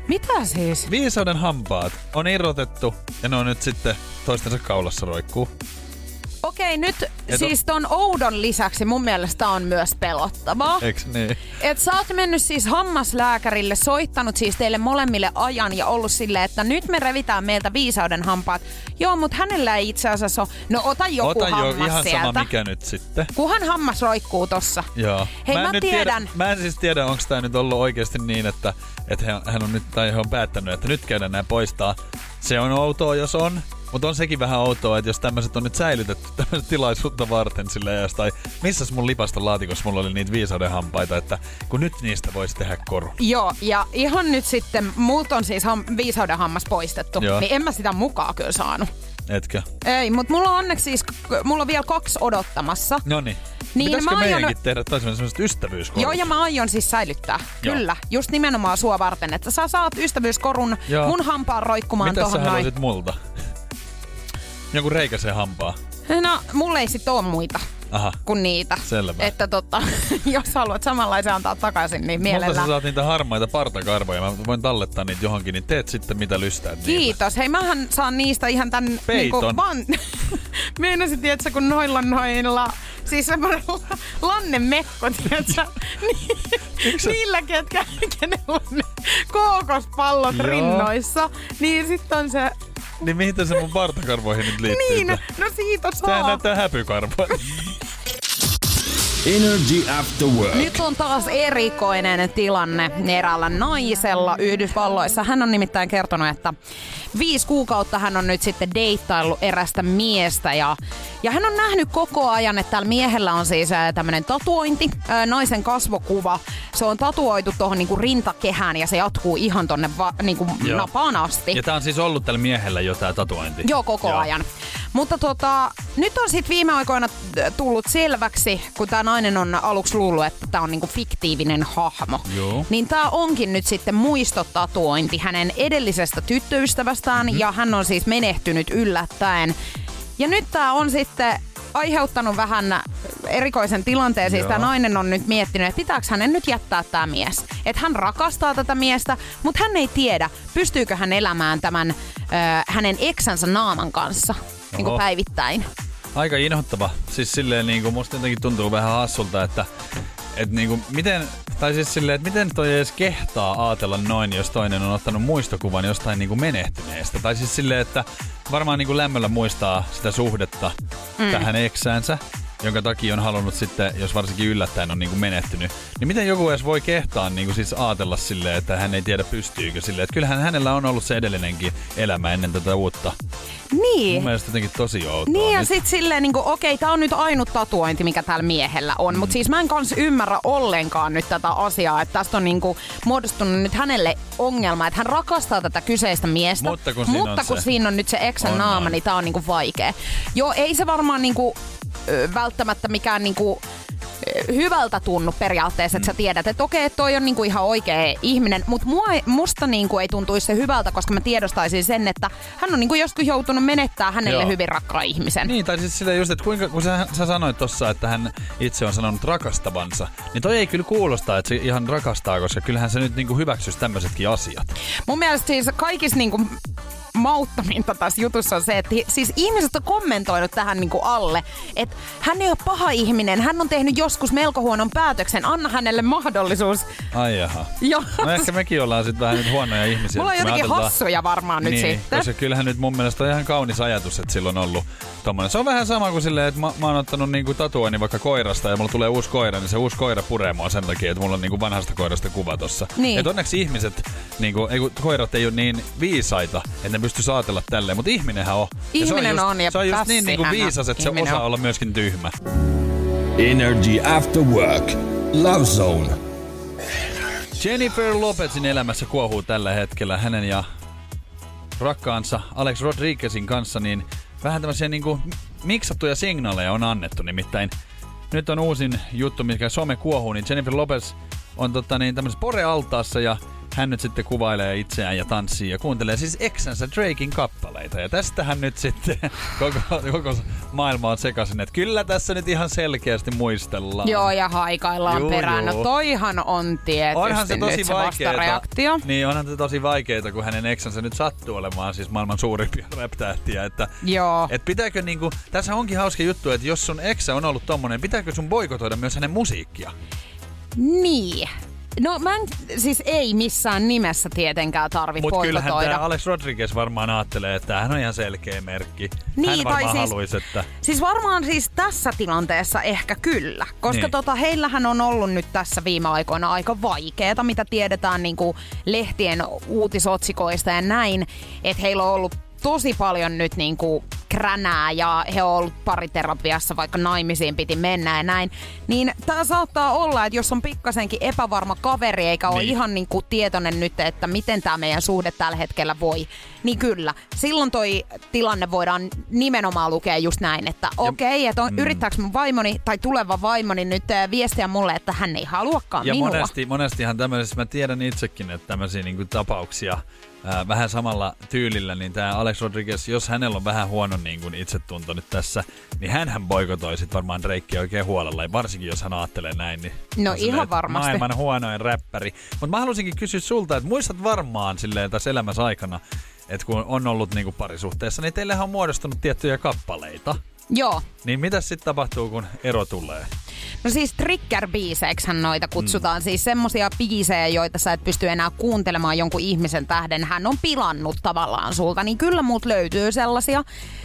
Mitä siis? Viisauden hampaat on irrotettu ja ne on nyt sitten toistensa kaulassa roikkuu. Okei, nyt Et siis ton oudon lisäksi mun mielestä on myös pelottavaa. Eiks niin? Et sä oot mennyt siis hammaslääkärille, soittanut siis teille molemmille ajan ja ollut silleen, että nyt me revitään meiltä viisauden hampaat. Joo, mut hänellä ei itse asiassa ole. No ota joku Ota hammas jo ihan sieltä. sama mikä nyt sitten. Kuhan hammas roikkuu tossa. Joo. Hei, mä, en nyt tiedän. Tiedä, mä en siis tiedä, onko tää nyt ollut oikeasti niin, että, että hän on nyt tai he on päättänyt, että nyt käydään nää poistaa. Se on outoa, jos on. Mutta on sekin vähän outoa, että jos tämmöiset on nyt säilytetty tämmöistä tilaisuutta varten silleen, tai missäs mun lipaston laatikossa mulla oli niitä viisauden hampaita, että kun nyt niistä voisi tehdä koru. Joo, ja ihan nyt sitten, multa on siis ham- viisauden hammas poistettu, Joo. niin en mä sitä mukaan kyllä saanut. Etkö? Ei, mutta mulla on onneksi siis, mulla on vielä kaksi odottamassa. Noniin. Niin, Pitäisikö mä aion- meidänkin tehdä taas semmoiset ystävyyskorut? Joo, ja mä aion siis säilyttää. Joo. Kyllä. Just nimenomaan sua varten, että sä saat ystävyyskorun Joo. mun hampaan roikkumaan Mitä sä tohon noin. haluaisit multa? Joku reikäisen hampaa. No, mulla ei sit oo muita Aha. kuin niitä. Selvä. Että tota, jos haluat samanlaisen antaa takaisin, niin Multa sä mielellään. saat niitä harmaita partakarvoja. Mä voin tallettaa niitä johonkin, niin teet sitten mitä lystäät niillä. Kiitos. Hei, mähän saan niistä ihan tän Peiton. niinku van... Meinasin, tietsä, kun noilla noilla... Siis semmoinen la- lannemekko, tietsä? Ni- niillä, ketkä, kenellä on ne kookospallot Joo. rinnoissa. Niin sit on se... Niin mihin se mun partakarvoihin nyt liittyy? Niin, no siitä Tää saa. näyttää häpykarvoa. Energy After Work. Nyt on taas erikoinen tilanne eräällä naisella Yhdysvalloissa. Hän on nimittäin kertonut, että viisi kuukautta hän on nyt sitten deittaillut erästä miestä. Ja, ja hän on nähnyt koko ajan, että tällä miehellä on siis tämmöinen tatuointi, ää, naisen kasvokuva. Se on tatuoitu tuohon niinku rintakehään ja se jatkuu ihan tonne va, niinku Joo. napaan asti. Ja tää on siis ollut tällä miehellä jo tää tatuointi. Joo, koko Joo. ajan. Mutta tota, nyt on sitten viime aikoina tullut selväksi, kun tämä nainen on aluksi luullut, että tämä on niinku fiktiivinen hahmo. Joo. Niin tämä onkin nyt sitten muistotatuointi hänen edellisestä tyttöystävästään mm-hmm. ja hän on siis menehtynyt yllättäen. Ja nyt tämä on sitten aiheuttanut vähän erikoisen tilanteen. Siis tämä nainen on nyt miettinyt, että pitääkö hänen nyt jättää tämä mies. Että hän rakastaa tätä miestä, mutta hän ei tiedä, pystyykö hän elämään tämän ö, hänen eksänsä naaman kanssa niin kuin Oho. päivittäin. Aika inhottava. Siis silleen niinku musta jotenkin tuntuu vähän hassulta, että et niinku miten, tai siis silleen, että miten toi edes kehtaa ajatella noin, jos toinen on ottanut muistokuvan jostain niinku menehtyneestä. Tai siis silleen, että varmaan niinku lämmöllä muistaa sitä suhdetta mm. tähän eksäänsä, jonka takia on halunnut sitten, jos varsinkin yllättäen on niinku menehtynyt. Niin miten joku edes voi kehtaa niinku siis ajatella silleen, että hän ei tiedä pystyykö silleen. Että kyllähän hänellä on ollut se edellinenkin elämä ennen tätä uutta. Niin. Mun mielestä jotenkin tosi outoa. Niin ja nyt. sit silleen niinku, okei, tää on nyt ainut tatuointi, mikä tällä miehellä on. Mm. Mut siis mä en kans ymmärrä ollenkaan nyt tätä asiaa, että tästä on niinku muodostunut nyt hänelle ongelma, että hän rakastaa tätä kyseistä miestä. Mutta kun siinä mutta on kun se. siinä on nyt se eksän On, naama, on. niin tää on niinku vaikea. Joo, ei se varmaan niinku ö, välttämättä mikään niinku ö, hyvältä tunnu periaatteessa, että mm. sä tiedät, että okei, toi on niinku ihan oikea ihminen, mutta mua, ei- musta niinku ei tuntuisi se hyvältä, koska mä tiedostaisin sen, että hän on niinku joskus joutunut menettää hänelle Joo. hyvin rakkaan ihmisen. Niin, tai siis silleen just, että kuinka, kun sä, sä sanoit tossa, että hän itse on sanonut rakastavansa, niin toi ei kyllä kuulosta, että se ihan rakastaa, koska kyllähän se nyt niinku hyväksyisi tämmöisetkin asiat. Mun mielestä siis kaikista niinku mauttaminta tässä jutussa on se, että siis ihmiset on kommentoinut tähän niinku alle, että hän ei ole paha ihminen, hän on tehnyt joskus melko huonon päätöksen, anna hänelle mahdollisuus. Ai jaha. Joo. No ehkä mekin ollaan sitten vähän nyt huonoja ihmisiä. Mulla on Me jotenkin ajatellaan- hassuja varmaan nyt niin, sitten. koska kyllähän nyt mun mielestä on ihan kaunis ajatus, että sillä on ollut tommonen. Se on vähän sama kuin silleen, että mä, mä oon ottanut niinku tatuoinnin vaikka koirasta ja mulla tulee uusi koira, niin se uusi koira puree mua sen takia, että mulla on niinku vanhasta koirasta kuva tossa. Niin. Et onneksi ihmiset, niinku, ei, kun koirat ei ole niin viisaita, että ne pystyisi ajatella tälleen, mutta ihminenhän on. Ja se on Ihminen just, on, ja se on just niin niinku pässihän on. viisas, että se Ihminen osaa on. olla myöskin tyhmä. Energy After Work. Love Zone. Jennifer Lopezin elämässä kuohuu tällä hetkellä hänen ja rakkaansa Alex Rodriguezin kanssa, niin vähän tämmöisiä niinku miksattuja signaaleja on annettu. Nimittäin nyt on uusin juttu, mikä some kuohuu, niin Jennifer Lopez on tota, niin, tämmöisessä Pore-altaassa ja hän nyt sitten kuvailee itseään ja tanssii ja kuuntelee siis eksänsä Draken kappaleita. Ja tästähän nyt sitten koko, koko maailma on sekaisin, että kyllä tässä nyt ihan selkeästi muistellaan. Joo, ja haikaillaan juu, perään. juu. No toihan on tietysti onhan se tosi nyt se vaikeeta, vastareaktio. niin onhan se tosi vaikeeta, kun hänen eksänsä nyt sattuu olemaan siis maailman suurimpia rap-tähtiä. Että, Joo. et pitääkö niinku, tässä onkin hauska juttu, että jos sun eksä on ollut tommonen, pitääkö sun boikotoida myös hänen musiikkia? Niin. No mä en, siis ei missään nimessä tietenkään tarvi Mut boikotoida. kyllähän tää Alex Rodriguez varmaan ajattelee, että tämähän on ihan selkeä merkki. Niin, hän varmaan tai siis, haluaisi, että... Siis varmaan siis tässä tilanteessa ehkä kyllä, koska niin. tota, heillähän on ollut nyt tässä viime aikoina aika vaikeeta, mitä tiedetään niin kuin lehtien uutisotsikoista ja näin, että heillä on ollut tosi paljon nyt niinku kränää ja he on ollut pariterapiassa, vaikka naimisiin piti mennä ja näin. Niin tää saattaa olla, että jos on pikkasenkin epävarma kaveri eikä ole niin. ihan niinku tietoinen nyt, että miten tää meidän suhde tällä hetkellä voi, niin kyllä. Silloin toi tilanne voidaan nimenomaan lukea just näin, että okei, okay, että on, mm. yrittääkö mun vaimoni tai tuleva vaimoni nyt viestiä mulle, että hän ei haluakaan ja minua. Ja monesti, monestihan tämmöisessä, mä tiedän itsekin, että tämmöisiä niinku tapauksia, Ää, vähän samalla tyylillä, niin tää Alex Rodriguez, jos hänellä on vähän huono niin kuin itsetunto nyt tässä, niin hänhän boikotoi sit varmaan Drakea oikein huolella, ja varsinkin jos hän ajattelee näin, niin no on ihan silleen, varmasti. Maailman huonoin räppäri. Mutta mä halusinkin kysyä sulta, että muistat varmaan silleen tässä elämässä aikana, että kun on ollut niinku parisuhteessa, niin teillähän on muodostunut tiettyjä kappaleita. Joo. Niin mitäs sitten tapahtuu, kun ero tulee? No siis trigger-biiseiksihän noita kutsutaan. Mm. Siis semmosia biisejä, joita sä et pysty enää kuuntelemaan jonkun ihmisen tähden. Hän on pilannut tavallaan sulta. Niin kyllä muut löytyy sellaisia.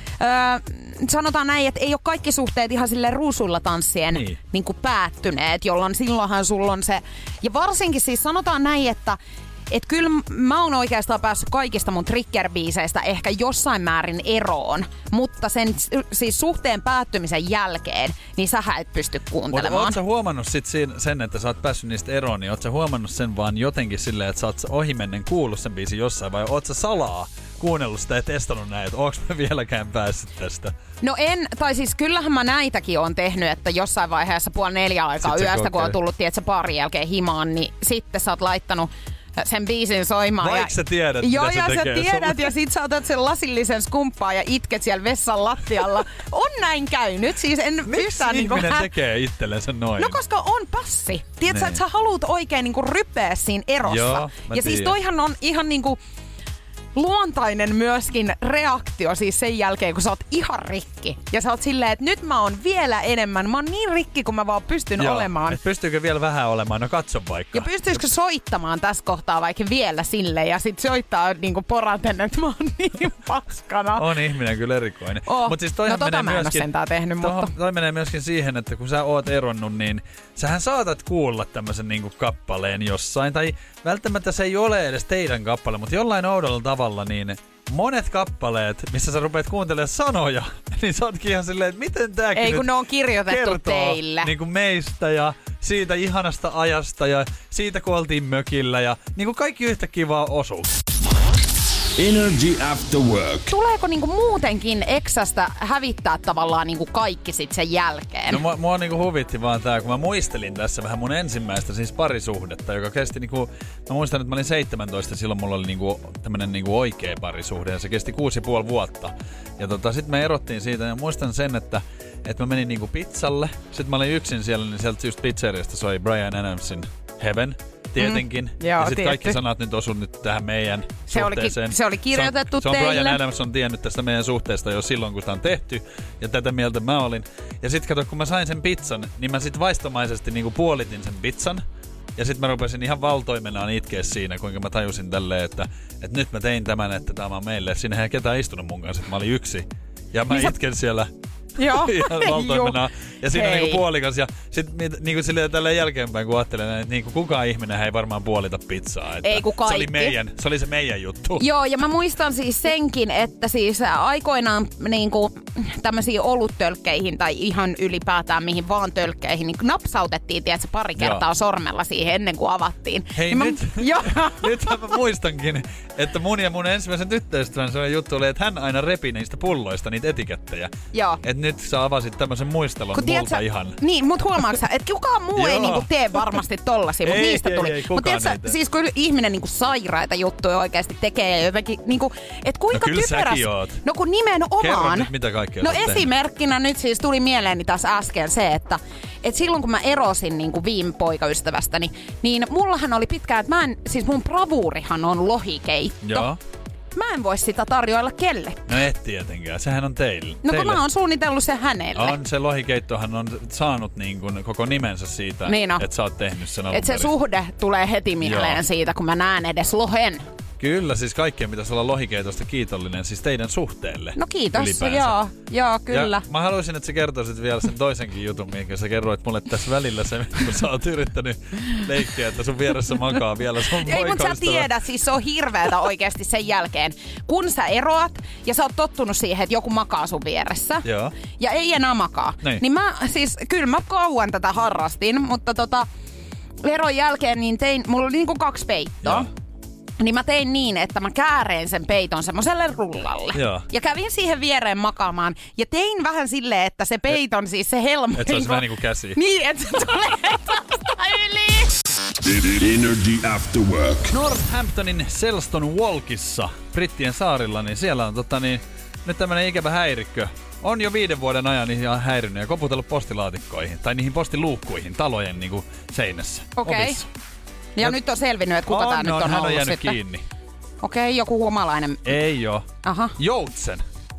Öö, sanotaan näin, että ei ole kaikki suhteet ihan sille ruusuilla tanssien niin. Niin kuin päättyneet, jolloin silloinhan sulla on se... Ja varsinkin siis sanotaan näin, että et kyllä mä oon oikeastaan päässyt kaikista mun trigger-biiseistä ehkä jossain määrin eroon, mutta sen siis suhteen päättymisen jälkeen, niin sähän et pysty kuuntelemaan. Mutta oot sä huomannut sit sen, että sä oot päässyt niistä eroon, niin oot sä huomannut sen vaan jotenkin silleen, että sä oot ohimennen kuullut sen biisin jossain, vai oot sä salaa kuunnellut sitä ja testannut näin, että onks mä vieläkään päässyt tästä? No en, tai siis kyllähän mä näitäkin on tehnyt, että jossain vaiheessa puoli neljä aikaa yöstä, kokee. Kun on tullut tietsä paarin jälkeen himaan, niin sitten sä oot laittanut sen biisin soimaan. Vaikka ja, sä tiedät, joo, mitä se ja tekee. Sä tiedät, ja sit sä otat sen lasillisen skumppaa ja itket siellä vessan lattialla. On näin käynyt. Siis en Miksi yhtään ihminen niinku, tekee itsellensä noin? No koska on passi. Tiedätkö, niin. että sä haluut oikein niinku rypeä siinä erossa. Joo, mä ja tiedän. siis toihan on ihan niinku luontainen myöskin reaktio siis sen jälkeen, kun sä oot ihan rikki. Ja sä oot silleen, että nyt mä oon vielä enemmän. Mä oon niin rikki, kun mä vaan pystyn Joo, olemaan. Et pystyykö vielä vähän olemaan? No katso vaikka. Ja pystyisikö soittamaan tässä kohtaa vaikka vielä sille ja sit soittaa niinku poraten, että mä oon niin paskana. On ihminen kyllä erikoinen. Oh. Mut siis no menee tota mä en myöskin, oo sentään tehnyt, tohon, mutta... Toi menee myöskin siihen, että kun sä oot eronnut, niin sähän saatat kuulla tämmösen niinku kappaleen jossain. Tai välttämättä se ei ole edes teidän kappale, mutta jollain oudolla tavalla niin monet kappaleet, missä sä rupeat kuuntelemaan sanoja, niin sä ootkin ihan silleen, että miten tääkin Ei kun ne on kirjoitettu teille. Niin kuin meistä ja siitä ihanasta ajasta ja siitä kun oltiin mökillä ja niin kuin kaikki yhtäkkiä vaan osuu. Energy After Work. Tuleeko niinku muutenkin eksästä hävittää tavallaan niinku kaikki sit sen jälkeen? No mua, mua niinku huvitti vaan tää, kun mä muistelin tässä vähän mun ensimmäistä siis parisuhdetta, joka kesti niinku, mä muistan, että mä olin seitsemäntoista, silloin mulla oli niinku tämmönen niinku oikea parisuhde ja se kesti kuusi ja puoli vuotta. Ja tota, sit me erottiin siitä ja muistan sen, että, että mä menin niinku pizzalle, sit mä olin yksin siellä, niin sieltä just pizzeriasta soi Bryan Adamsin Heaven. Tietenkin. Mm, joo, ja sitten kaikki sanat nyt osu nyt tähän meidän se suhteeseen. Oli, se oli kirjoitettu se on, teille. Se on Bryan Adams on tiennyt tästä meidän suhteesta jo silloin, kun sitä on tehty. Ja tätä mieltä mä olin. Ja sit kato, kun mä sain sen pizzan, niin mä sit vaistomaisesti niinku puolitin sen pizzan. Ja sit mä rupesin ihan valtoimenaan itkeä siinä, kuinka mä tajusin tälleen, että, että nyt mä tein tämän, että tämä on meille. Siinä ei ketään istunut mun kanssa, että mä olin yksi. Ja mä niin itken sä... siellä... Joo. Ihan valtoimenaan. Ja siinä Hei. on niinku puolikas. Ja sit niinku silleen tälleen jälkeenpäin, kun ajattelen, että niinku kukaan ihminen ei varmaan puolita pizzaa. Että ei kun kaikki. Se oli, meidän, se oli se meidän juttu. Joo, ja mä muistan siis senkin, että siis aikoinaan niinku tämmöisiin oluttölkkeihin tai ihan ylipäätään mihin vaan tölkkeihin, niin napsautettiin tiedätkö, pari kertaa Joo. sormella siihen ennen kuin avattiin. Hei niin nyt, mä... nythän mä muistankin, että mun ja mun ensimmäisen tyttöystävän se juttu oli, että hän aina repi niistä pulloista niitä etikettejä. Joo. Et nyt sä avasit tämmösen muistelun. Kun multa ihan. Niin, mut huomaatko että kukaan muu ei niinku tee varmasti tollasia, mutta ei, niistä ei, tuli. Ei, mutta tiedätkö, siis kun ihminen niinku sairaita juttuja oikeasti tekee ja jotenkin niinku, et kuinka no, typeräs. No kun nimenomaan. Kerro nyt, mitä kaikkea No esimerkkinä nyt siis tuli mieleeni taas äsken se, että et silloin kun mä erosin niinku viime poikaystävästäni, niin mullahan oli pitkään, että mä en, siis mun bravuurihan on lohikeitto. Joo. Mä en voi sitä tarjoilla kelle. No et tietenkään, sehän on teille. No teille. kun mä oon suunnitellut sen hänelle. On, se lohikeittohan on saanut niin kuin koko nimensä siitä, niin no. että sä oot tehnyt sen alun että se suhde tulee heti mieleen Joo. siitä, kun mä näen edes lohen. Kyllä, siis kaikkien pitäisi olla lohikeitosta kiitollinen, siis teidän suhteelle. No kiitos, ylipäänsä. joo, joo, kyllä. Ja mä haluaisin, että sä kertoisit vielä sen toisenkin jutun, minkä sä kerroit mulle tässä välillä se, kun sä oot yrittänyt leikkiä, että sun vieressä makaa vielä sun Ei, mutta sä tiedät, siis se on hirveetä oikeasti sen jälkeen. Kun sä eroat ja sä oot tottunut siihen, että joku makaa sun vieressä joo. ja ei enää makaa, niin. niin mä siis, kyllä mä kauan tätä harrastin, mutta tota, eron jälkeen niin tein, mulla oli niinku kaksi peittoa. Joo. Niin mä tein niin, että mä kääreen sen peiton semmoiselle rullalle. Joo. Ja kävin siihen viereen makaamaan. Ja tein vähän silleen, että se peiton, et, siis se helma... Että se olisi vähän niin kuin käsi. Niin, että se tulee tosta yli. Energy After Work. Northamptonin Selston Walkissa, Brittien saarilla, niin siellä on tota niin, nyt tämmönen ikävä häirikkö. On jo viiden vuoden ajan ihan häirinyt ja koputellut postilaatikkoihin. Tai niihin postiluukkuihin talojen niinku seinässä. Okei. Okay. Ja no, nyt on selvinnyt, että kuka on, tää nyt on hän ollut on jäänyt sitten. kiinni. Okei, okay, joku humalainen. Ei oo. Aha. Joutsen.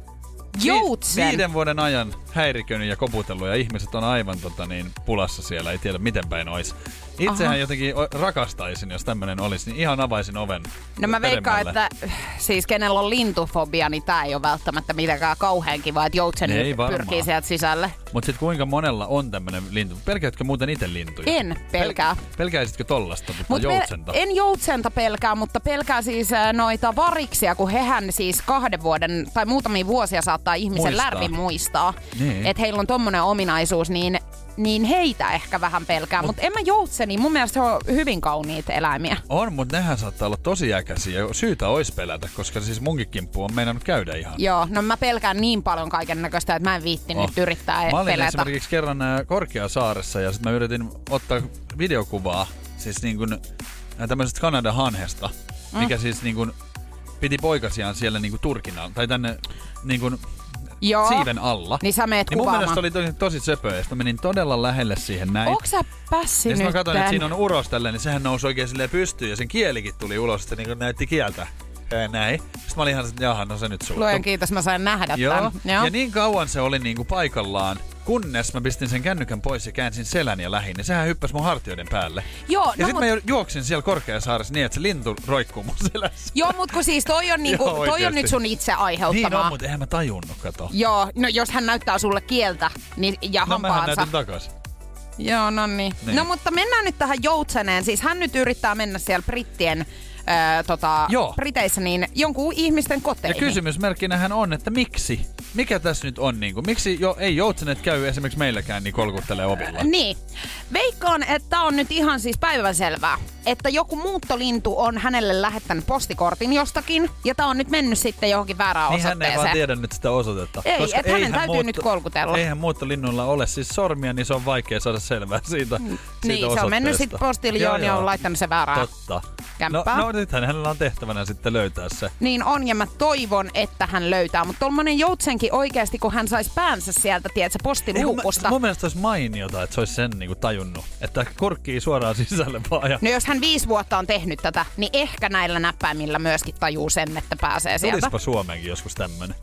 Joutsen? Vi- viiden vuoden ajan häirikönyt ja koputellut ja ihmiset on aivan tota, niin, pulassa siellä, ei tiedä miten päin ois. Itsehän Aha. jotenkin rakastaisin, jos tämmönen olisi, niin ihan avaisin oven. No mä veikkaan, että siis kenellä on lintufobia, niin tää ei ole välttämättä mitenkään kauhean kiva, että joutsen pyrkii sieltä sisälle. Mut sit kuinka monella on tämmönen lintu? Pelkäätkö muuten ite lintuja? En pelkää. Pel- pelkäisitkö tollasta, mutta Mut joutsenta? En joutsenta pelkää, mutta pelkää siis noita variksia, kun hehän siis kahden vuoden tai muutamia vuosia saattaa ihmisen muistaa. lärvi muistaa. Niin. Että heillä on tommonen ominaisuus, niin niin heitä ehkä vähän pelkää, mutta mut en mä joutseni. Mun mielestä se on hyvin kauniita eläimiä. On, mutta nehän saattaa olla tosi äkäisiä. Syytä ois pelätä, koska siis munkin kimppu on meinannut käydä ihan. Joo, no mä pelkään niin paljon kaiken näköistä, että mä en viitti oh. nyt yrittää pelätä. Mä olin pelätä. esimerkiksi kerran Korkeasaaressa ja sit mä yritin ottaa videokuvaa, siis niin kuin tämmöisestä Kanadan hanhesta, mm. mikä siis niin kuin piti poikasiaan siellä niin kuin Turkin alla, tai tänne niin kuin Joo. siiven alla. Niin sä meet niin kuvaamaan. Mun mielestä oli tosi, tosi söpöä, ja mä menin todella lähelle siihen näin. Onks sä pässi nyt? Ja mä katsoin, että siinä on uros tälleen, niin sehän nousi oikein silleen pystyyn, ja sen kielikin tuli ulos, että niin näytti kieltä. Ja näin. Sitten mä olin ihan, että jaha, no se nyt suuttu. Luojan kiitos, mä sain nähdä Joo. tämän. Joo. Ja niin kauan se oli niinku paikallaan, kunnes mä pistin sen kännykän pois ja käänsin selän ja lähin, niin sehän hyppäsi mun hartioiden päälle. Joo, ja no sit mut... mä juoksin siellä Korkeasaaressa niin, että se lintu roikkuu mun selässä. Joo, mut kun siis toi on, niinku, Joo, toi on nyt sun itse aiheuttamaa. Niin on, mutta eihän mä tajunnut, kato. Joo, no jos hän näyttää sulle kieltä niin, ja no, hampaansa. No mähän näytin takaisin. Joo, no niin. niin. No mutta mennään nyt tähän joutseneen. Siis hän nyt yrittää mennä siellä brittien... Öö, tota, Briteissä niin jonkun ihmisten koteihin. Ja kysymysmerkkinähän on, että miksi? Mikä tässä nyt on? Niin kuin, miksi jo, ei joutsenet käy esimerkiksi meilläkään niin kolkuttelee ovilla? Äh, niin. Veikkaan, että on nyt ihan siis päivänselvää, että joku muuttolintu on hänelle lähettänyt postikortin jostakin, ja tää on nyt mennyt sitten johonkin väärään niin osoitteeseen. Niin hän ei vaan tiedä nyt sitä osoitetta. Ei, että hänen täytyy muutto, nyt kolkutella. Eihän muuttolinnuilla ole siis sormia, niin se on vaikea saada selvää siitä, mm. siitä niin, se on mennyt sitten postiljoon ja on laittanut se väärään Totta. kämppään. No, no nythän hänellä on tehtävänä sitten löytää se. Niin on, ja mä toivon, että hän löytää. Mutta tommonen joutsenkin oikeasti, kun hän saisi päänsä sieltä, tiedätkö, postiluukusta. Mun mielestä olisi mainiota, että se olisi sen niinku tajunnut. Että kurkkii suoraan sisälle vaan. Ja... No jos hän viisi vuotta on tehnyt tätä, niin ehkä näillä näppäimillä myöskin tajuu sen, että pääsee sieltä. Tulispa Suomeenkin joskus tämmönen.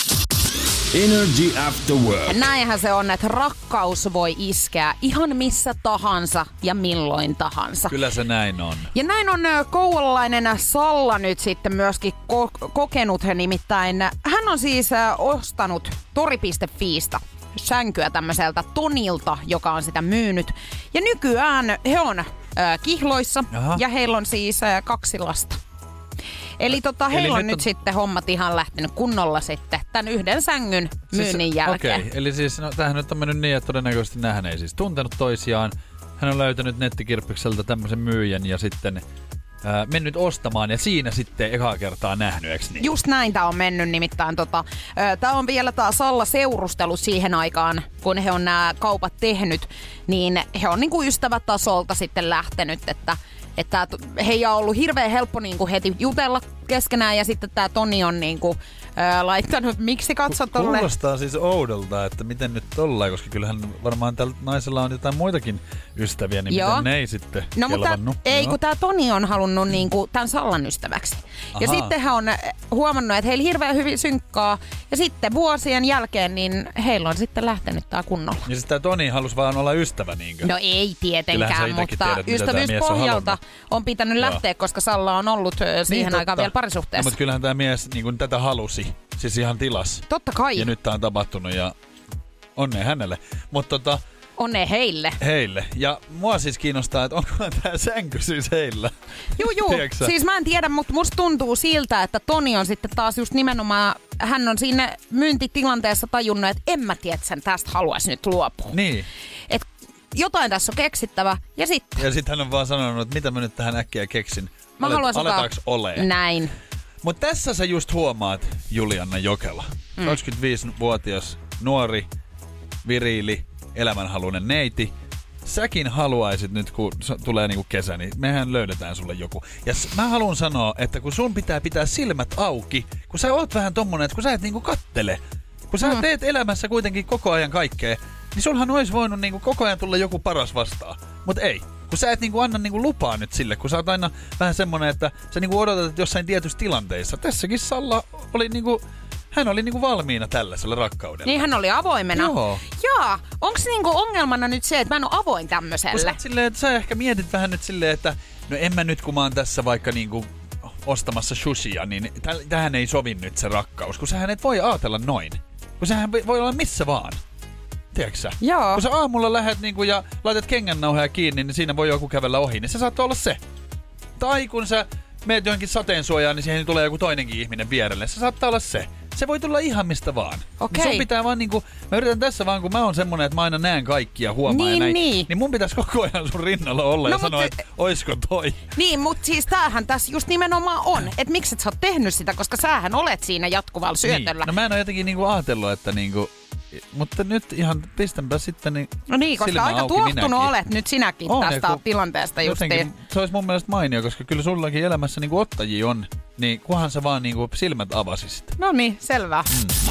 Energy After Work. Näinhän se on, että rakkaus voi iskeä ihan missä tahansa ja milloin tahansa. Kyllä se näin on. Ja näin on kouvolalainen Salla nyt sitten myöskin ko- kokenut, nimittäin hän on siis ostanut tori piste fiistä sänkyä tämmöiseltä Tonilta, joka on sitä myynyt. Ja nykyään he on äh, kihloissa Aha. ja heillä on siis äh, kaksi lasta. Eli tota, heillä eli on nyt on... sitten hommat ihan lähtenyt kunnolla sitten tämän yhden sängyn myynnin siis, jälkeen. Okei, okay. Eli siis no, tämähän nyt on mennyt niin, että todennäköisesti nähän ei siis tuntenut toisiaan. Hän on löytänyt nettikirppikseltä tämmöisen myyjän ja sitten ää, mennyt ostamaan ja siinä sitten ekaa kertaa nähnyt, eikö niin? Just näin tää on mennyt nimittäin. Tota, tää on vielä tää Salla seurustelu siihen aikaan, kun he on nämä kaupat tehnyt, niin he on niinku ystävätasolta sitten lähtenyt, että Että heidän on ollut hirveän helppo niinku heti jutella keskenään ja sitten tää Toni on niinku, ää, laittanut, miksi katsot tolle. Kuulostaa siis oudolta, että miten nyt tollaan, koska kyllähän varmaan tällä naisella on jotain muitakin ystäviä, niin Joo. miten ne ei sitten no, kelvannut. Mutta ei, Joo. kun tää Toni on halunnut niinku tämän Sallan ystäväksi. Aha. Ja sitten hän on huomannut, että heillä hirveän hyvin synkkaa ja sitten vuosien jälkeen niin heillä on sitten lähtenyt tää kunnolla. Ja siis tää Toni halusi vaan olla ystävä, niinkö? No ei tietenkään, mutta tiedät, ystävyyspohjalta on, on pitänyt lähteä, Joo. koska Salla on ollut siihen niin, aikaan vielä parisuhteessa. No, mutta kyllähän tämä mies niin kuin tätä halusi, siis ihan tilas. Totta kai. Ja nyt tämä on tapahtunut ja onnea hänelle. Mutta tota, onnea heille. Heille. Ja mua siis kiinnostaa, että onko tämä sänky siis heillä. Juu, juu. Siis mä en tiedä, mutta musta tuntuu siltä, että Toni on sitten taas just nimenomaan, hän on siinä myyntitilanteessa tajunnut, että en mä tiedä, että sen tästä haluaisi nyt luopua. Niin. Et jotain tässä on keksittävä ja sitten. Ja sitten hän on vaan sanonut, että mitä mä nyt tähän äkkiä keksin. Mä Alet, haluan aletaanko oleen? Näin. Mutta tässä sä just huomaat Julianna Jokela. Mm. kaksikymmentäviisivuotias, nuori, viriili, elämänhaluinen neiti. Säkin haluaisit nyt, kun tulee niinku kesä, niin mehän löydetään sulle joku. Ja mä haluan sanoa, että kun sun pitää pitää silmät auki, kun sä oot vähän tommonen, että kun sä et niinku kattele. Kun sä mm. teet elämässä kuitenkin koko ajan kaikkea, niin sulhan olisi voinut niinku koko ajan tulla joku paras vastaan. Mut ei. Kun sä et niinku anna niinku lupaa nyt sille, kun sä oot aina vähän semmonen, että sä niinku odotat, että jossain tietyissä tilanteissa. Tässäkin Salla oli niinku, hän oli niinku valmiina tällaiselle rakkaudelle. Niin hän oli avoimena. Joo. Jaa, onks niinku ongelmana nyt se, että mä en oo avoin tämmöiselle? Kun sä, silleen, että sä ehkä mietit vähän nyt silleen, että no en mä nyt kun mä oon tässä vaikka niinku ostamassa sushia, niin täh- tähän ei sovi nyt se rakkaus. Kun sähän et voi ajatella noin. Kun sähän voi olla missä vaan. Tiedätkö sä? Joo. Kun sä aamulla lähet niinku ja laitat kengännauhoja kiinni, niin siinä voi joku kävellä ohi, niin se saattaa olla se. Tai kun sä meet johonkin sateensuojaan, niin siihen tulee joku toinenkin ihminen vierelle. Se saattaa olla se. Se voi tulla ihan mistä vaan. Okei. Sun pitää vaan niinku, mä yritän tässä vaan, kun mä oon semmonen, että mä aina näen kaikkia, huomaan niin, näin. Niin. Niin mun pitäisi koko ajan sun rinnalla olla no, ja sanoa, että oisko toi. Niin, mutta siis tämähän tässä just nimenomaan on. Että miksi et sä oot tehnyt sitä, koska sähän olet siinä jatkuvalla syötöllä. Niin. No mä en oo jotenkin niinku ajatellut, että niinku, mutta nyt ihan pistänpä sitten niin no niin, koska aika tuohtunut minäkin. Olet nyt sinäkin on, tästä tilanteesta justiin. Se olisi mun mielestä mainio, koska kyllä sullakin elämässä niinku ottajia on, niin kunhan sä vaan niinku silmät avasisit. No niin, selvä. Mm.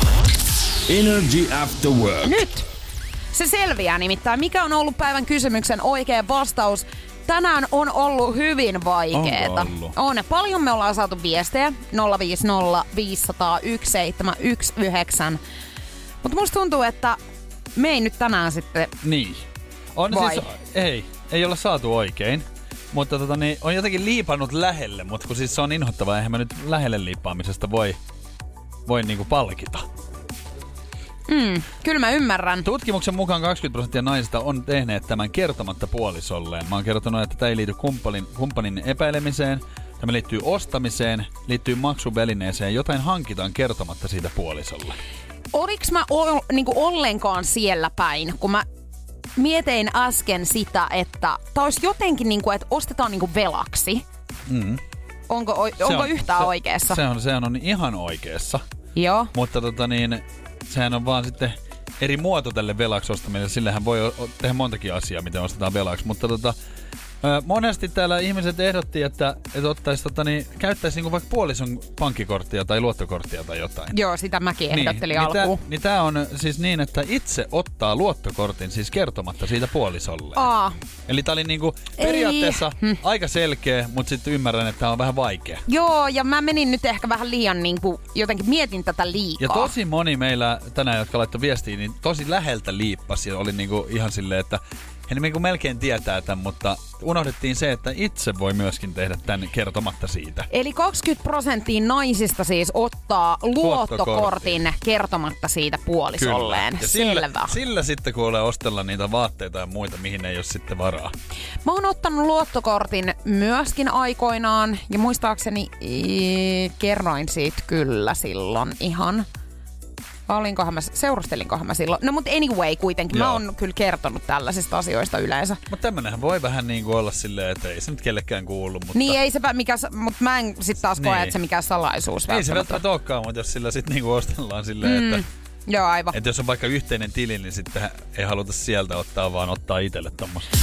Energy After Work. Nyt se selviää nimittäin. Mikä on ollut päivän kysymyksen oikea vastaus? Tänään on ollut hyvin vaikeeta. On. Paljon me ollaan saatu viestejä. nolla viisi nolla viisi nolla yksi seitsemän yksi yhdeksän. Mutta musta tuntuu, että me ei nyt tänään sitten. Niin. On vai? Siis, ei, ei olla saatu oikein. Mutta tota, niin, on jotenkin liipannut lähelle, mutta kun siis se on inhottavaa, eihän mä nyt lähelle liippaamisesta voi, voi niinku palkita. Mm, kyllä mä ymmärrän. Tutkimuksen mukaan kaksikymmentä prosenttia naisista on tehneet tämän kertomatta puolisolleen. Mä oon kertonut, että tämä ei liity kumppanin, kumppanin epäilemiseen. Tämä liittyy ostamiseen, liittyy maksuvälineeseen. Jotain hankitaan kertomatta siitä puolisolle. Oliks mä ol, niinku ollenkaan siellä päin, kun mä mietin äsken sitä, että tää olisi jotenkin niinku, että ostetaan niinku velaksi. Mm. Onko, o, onko on, yhtään se, oikeassa? Se on, sehän on ihan oikeassa. Joo. Mutta tota niin, sehän on vaan sitten eri muoto tälle velaksi ostamiselle. Sillähän voi o- tehdä montakin asiaa, miten ostetaan velaksi. Mutta tota, monesti täällä ihmiset ehdotti, että, että ottaisi, tota, niin, käyttäisi niinku vaikka puolison pankkikorttia tai luottokorttia tai jotain. Joo, sitä mäkin ehdottelin niin, alkuun. Niin tää on siis niin, että itse ottaa luottokortin siis kertomatta siitä puolisolle. Aa. Eli tää oli niinku periaatteessa hm. aika selkeä, mutta sitten ymmärrän, että tää on vähän vaikea. Joo, ja mä menin nyt ehkä vähän liian niinku, jotenkin mietin tätä liikaa. Ja tosi moni meillä tänään, jotka laittoi viestiä, niin tosi läheltä liippasi ja oli niinku ihan silleen, että he niinku melkein tietää tämän, mutta unohdettiin se, että itse voi myöskin tehdä tämän kertomatta siitä. Eli kaksikymmentä prosenttia naisista siis ottaa luottokortin kertomatta siitä puolisolleen. Sillä, selvä. Sillä sitten kuulee ostella niitä vaatteita ja muita, mihin ei ole sitten varaa. Mä oon ottanut luottokortin myöskin aikoinaan ja muistaakseni ee, kerroin siitä kyllä silloin ihan. Vai olinkohan mä, seurustelinkohan mä silloin? No mut anyway kuitenkin, Joo. mä oon kyllä kertonut tällaisista asioista yleensä. Mutta tämmönenhän voi vähän niin kuin olla silleen, että ei se nyt kellekään kuulu, mutta... Niin ei se, mikä, mutta mä en sit taas koe, Niin. että se mikään salaisuus Ei se välttämättä olekaan, mutta jos sillä sit niinku ostellaan silleen, Mm. että... Joo, aivan. Että jos on vaikka yhteinen tili, niin sitten ei haluta sieltä ottaa, vaan ottaa itselle tommasta.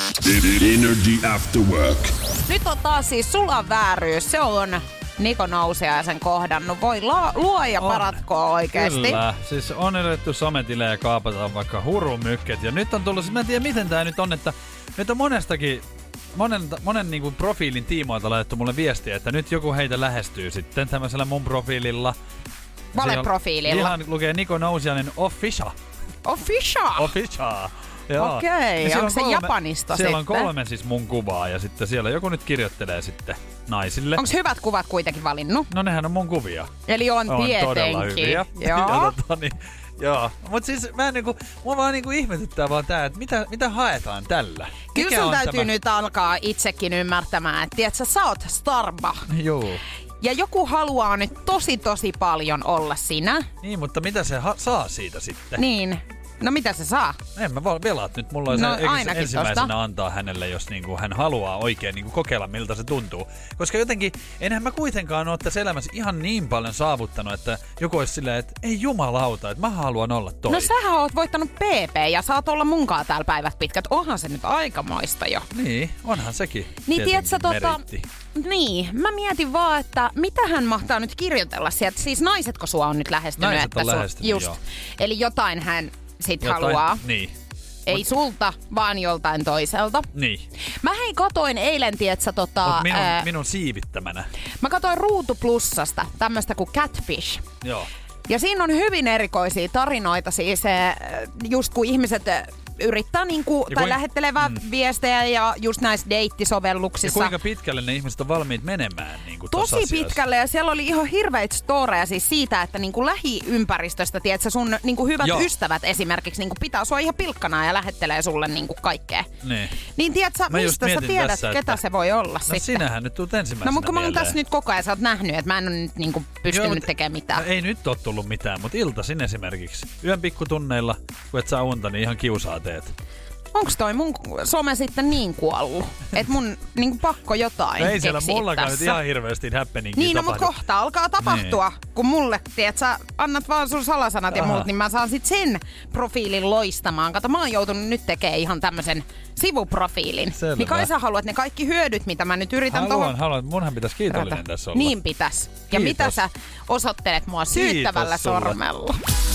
Energy After Work. Nyt on taas siis sulan vääryys. Se on Niko Nousiaisen kohdannut. Voi la- luoja On. paratkoon oikeesti. Kyllä. Siis on edetty sometilejä ja kaapataan vaikka hurumykket. Ja nyt on tullut, siis mä en tiedä miten tää nyt on, että nyt on monestakin, monen, monen niinku profiilin tiimoilta laitettu mulle viestiä, että nyt joku heitä lähestyy sitten tämmöisellä mun profiililla. Valeprofiililla. Ihan lukee Niko Nousiainen Official. Official! Official. Joo. Okei, Ja siellä onko se kolme- Japanista Siellä sitten? on kolme siis mun kuvaa ja sitten siellä joku nyt kirjoittelee sitten naisille. Onko hyvät kuvat kuitenkin valinnut? No nehän on mun kuvia. Eli on, On todella tietenkin. hyviä. Joo. Ja tota, niin, joo. Mut siis mä en niinku, mua vaan niinku ihmetyttää vaan tää, että mitä, mitä haetaan tällä? Kyllä Mikä sun on täytyy tämä? nyt alkaa itsekin ymmärtämään, että tiedätkö, sä oot starba. Joo. Ja joku haluaa nyt tosi tosi paljon olla sinä. Niin, mutta mitä se ha- saa siitä sitten? Niin. No mitä se saa? En mä voi velaat nyt. Mulla on No, se ainakin ensimmäisenä tosta. antaa hänelle, jos niinku hän haluaa oikein niinku kokeilla, miltä se tuntuu. Koska jotenkin, enhän mä kuitenkaan ole tässä elämässä ihan niin paljon saavuttanut, että joku olisi silleen, että ei jumalauta, että mä haluan olla toi. No sähän oot voittanut P P ja saat olla munkaan täällä päivät pitkät. Onhan se nyt aikamoista jo. Niin, onhan sekin. Niin tiedätkö, tietenkin tota, meriitti. niin, mä mietin vaan, että mitä hän mahtaa nyt kirjoitella sieltä. Siis naisetko sua on nyt lähestynyt? Naiset että on su- lähestynyt, just. joo. Eli jotain hän sit Jotain- haluaa. Niin. Ei Mut- sulta, vaan joltain toiselta. Niin. Mä hei katoin eilen, tietsä, tota... Mut minun, ää, minun siivittämänä. mä katoin Ruutu Plussasta tämmöstä kuin Catfish. Joo. Ja siinä on hyvin erikoisia tarinoita siis, äh, just kun ihmiset äh, yrittää niinku, Ja tai kuinka- lähettelee vaan mm. viestejä ja just näissä Ja deittisovelluksissa. kuinka pitkälle ne ihmiset on valmiit menemään niin kuin tossa Tosi asiassa? pitkälle ja siellä oli ihan hirveitä storeja siis siitä, että niinku lähiympäristöstä, tiedätkö, sun niinku hyvät Joo. ystävät esimerkiksi niinku pitää sua ihan pilkkana ja lähettelee sulle niinku kaikkea. Niin. Niin tiedätkö, Mä just mistä sä mietin tiedät, tässä, ketä että- se voi olla No sitten? sinähän nyt tulet ensimmäisenä No mutta kun mä oon mieleen. tässä nyt koko ajan, sä oot nähnyt, että mä en ole nyt niinku pystynyt mut- tekemään mitään. No ei nyt ole tullut mitään, mutta iltaisin esimerkiksi. Yön pikkutunneilla, kun et saa unta, niin ihan kiusaa teet. Onks toi mun some sitten niin kuollut, että mun niinku pakko jotain No ei siellä keksiä mullakaan nyt tässä? ihan hirveästi happeningia Niin, no mut tapahdu. kohta alkaa tapahtua, niin. kun mulle, tiedät, sä annat vaan sun salasanat ja Aha. muut, niin mä saan sit sen profiilin loistamaan. Kato, mä oon joutunut nyt tekemään ihan tämmösen sivuprofiilin. Selvä. Niin kai sä haluat ne kaikki hyödyt, mitä mä nyt yritän Haluan, tohon... haluan. Munhan pitäisi kiitollinen tässä olla. Niin pitäis. Ja Kiitos. mitä sä osoittelet mua syyttävällä sulle. sormella?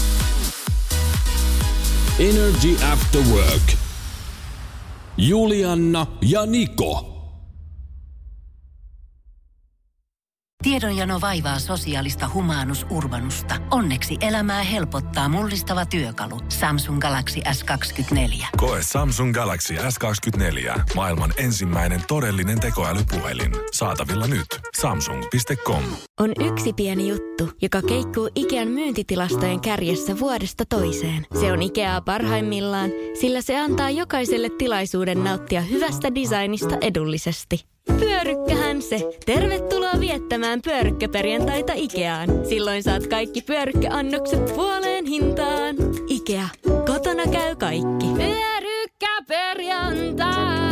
Energy After Work. Julianna ja Niko. Tiedonjano vaivaa sosiaalista humanus urbanusta. Onneksi elämää helpottaa mullistava työkalu. Samsung Galaxy S kaksikymmentäneljä. Koe Samsung Galaxy S kaksikymmentäneljä. Maailman ensimmäinen todellinen tekoälypuhelin. Saatavilla nyt. samsung piste com. On yksi pieni juttu, joka keikkuu Ikean myyntitilastojen kärjessä vuodesta toiseen. Se on Ikeaa parhaimmillaan, sillä se antaa jokaiselle tilaisuuden nauttia hyvästä designista edullisesti. Pyörykkähän se. Tervetuloa viettämään pyörykkäperjantaita Ikeaan. Silloin saat kaikki pyörykkäannokset puoleen hintaan. Ikea. Kotona käy kaikki. Pyörykkäperjantai.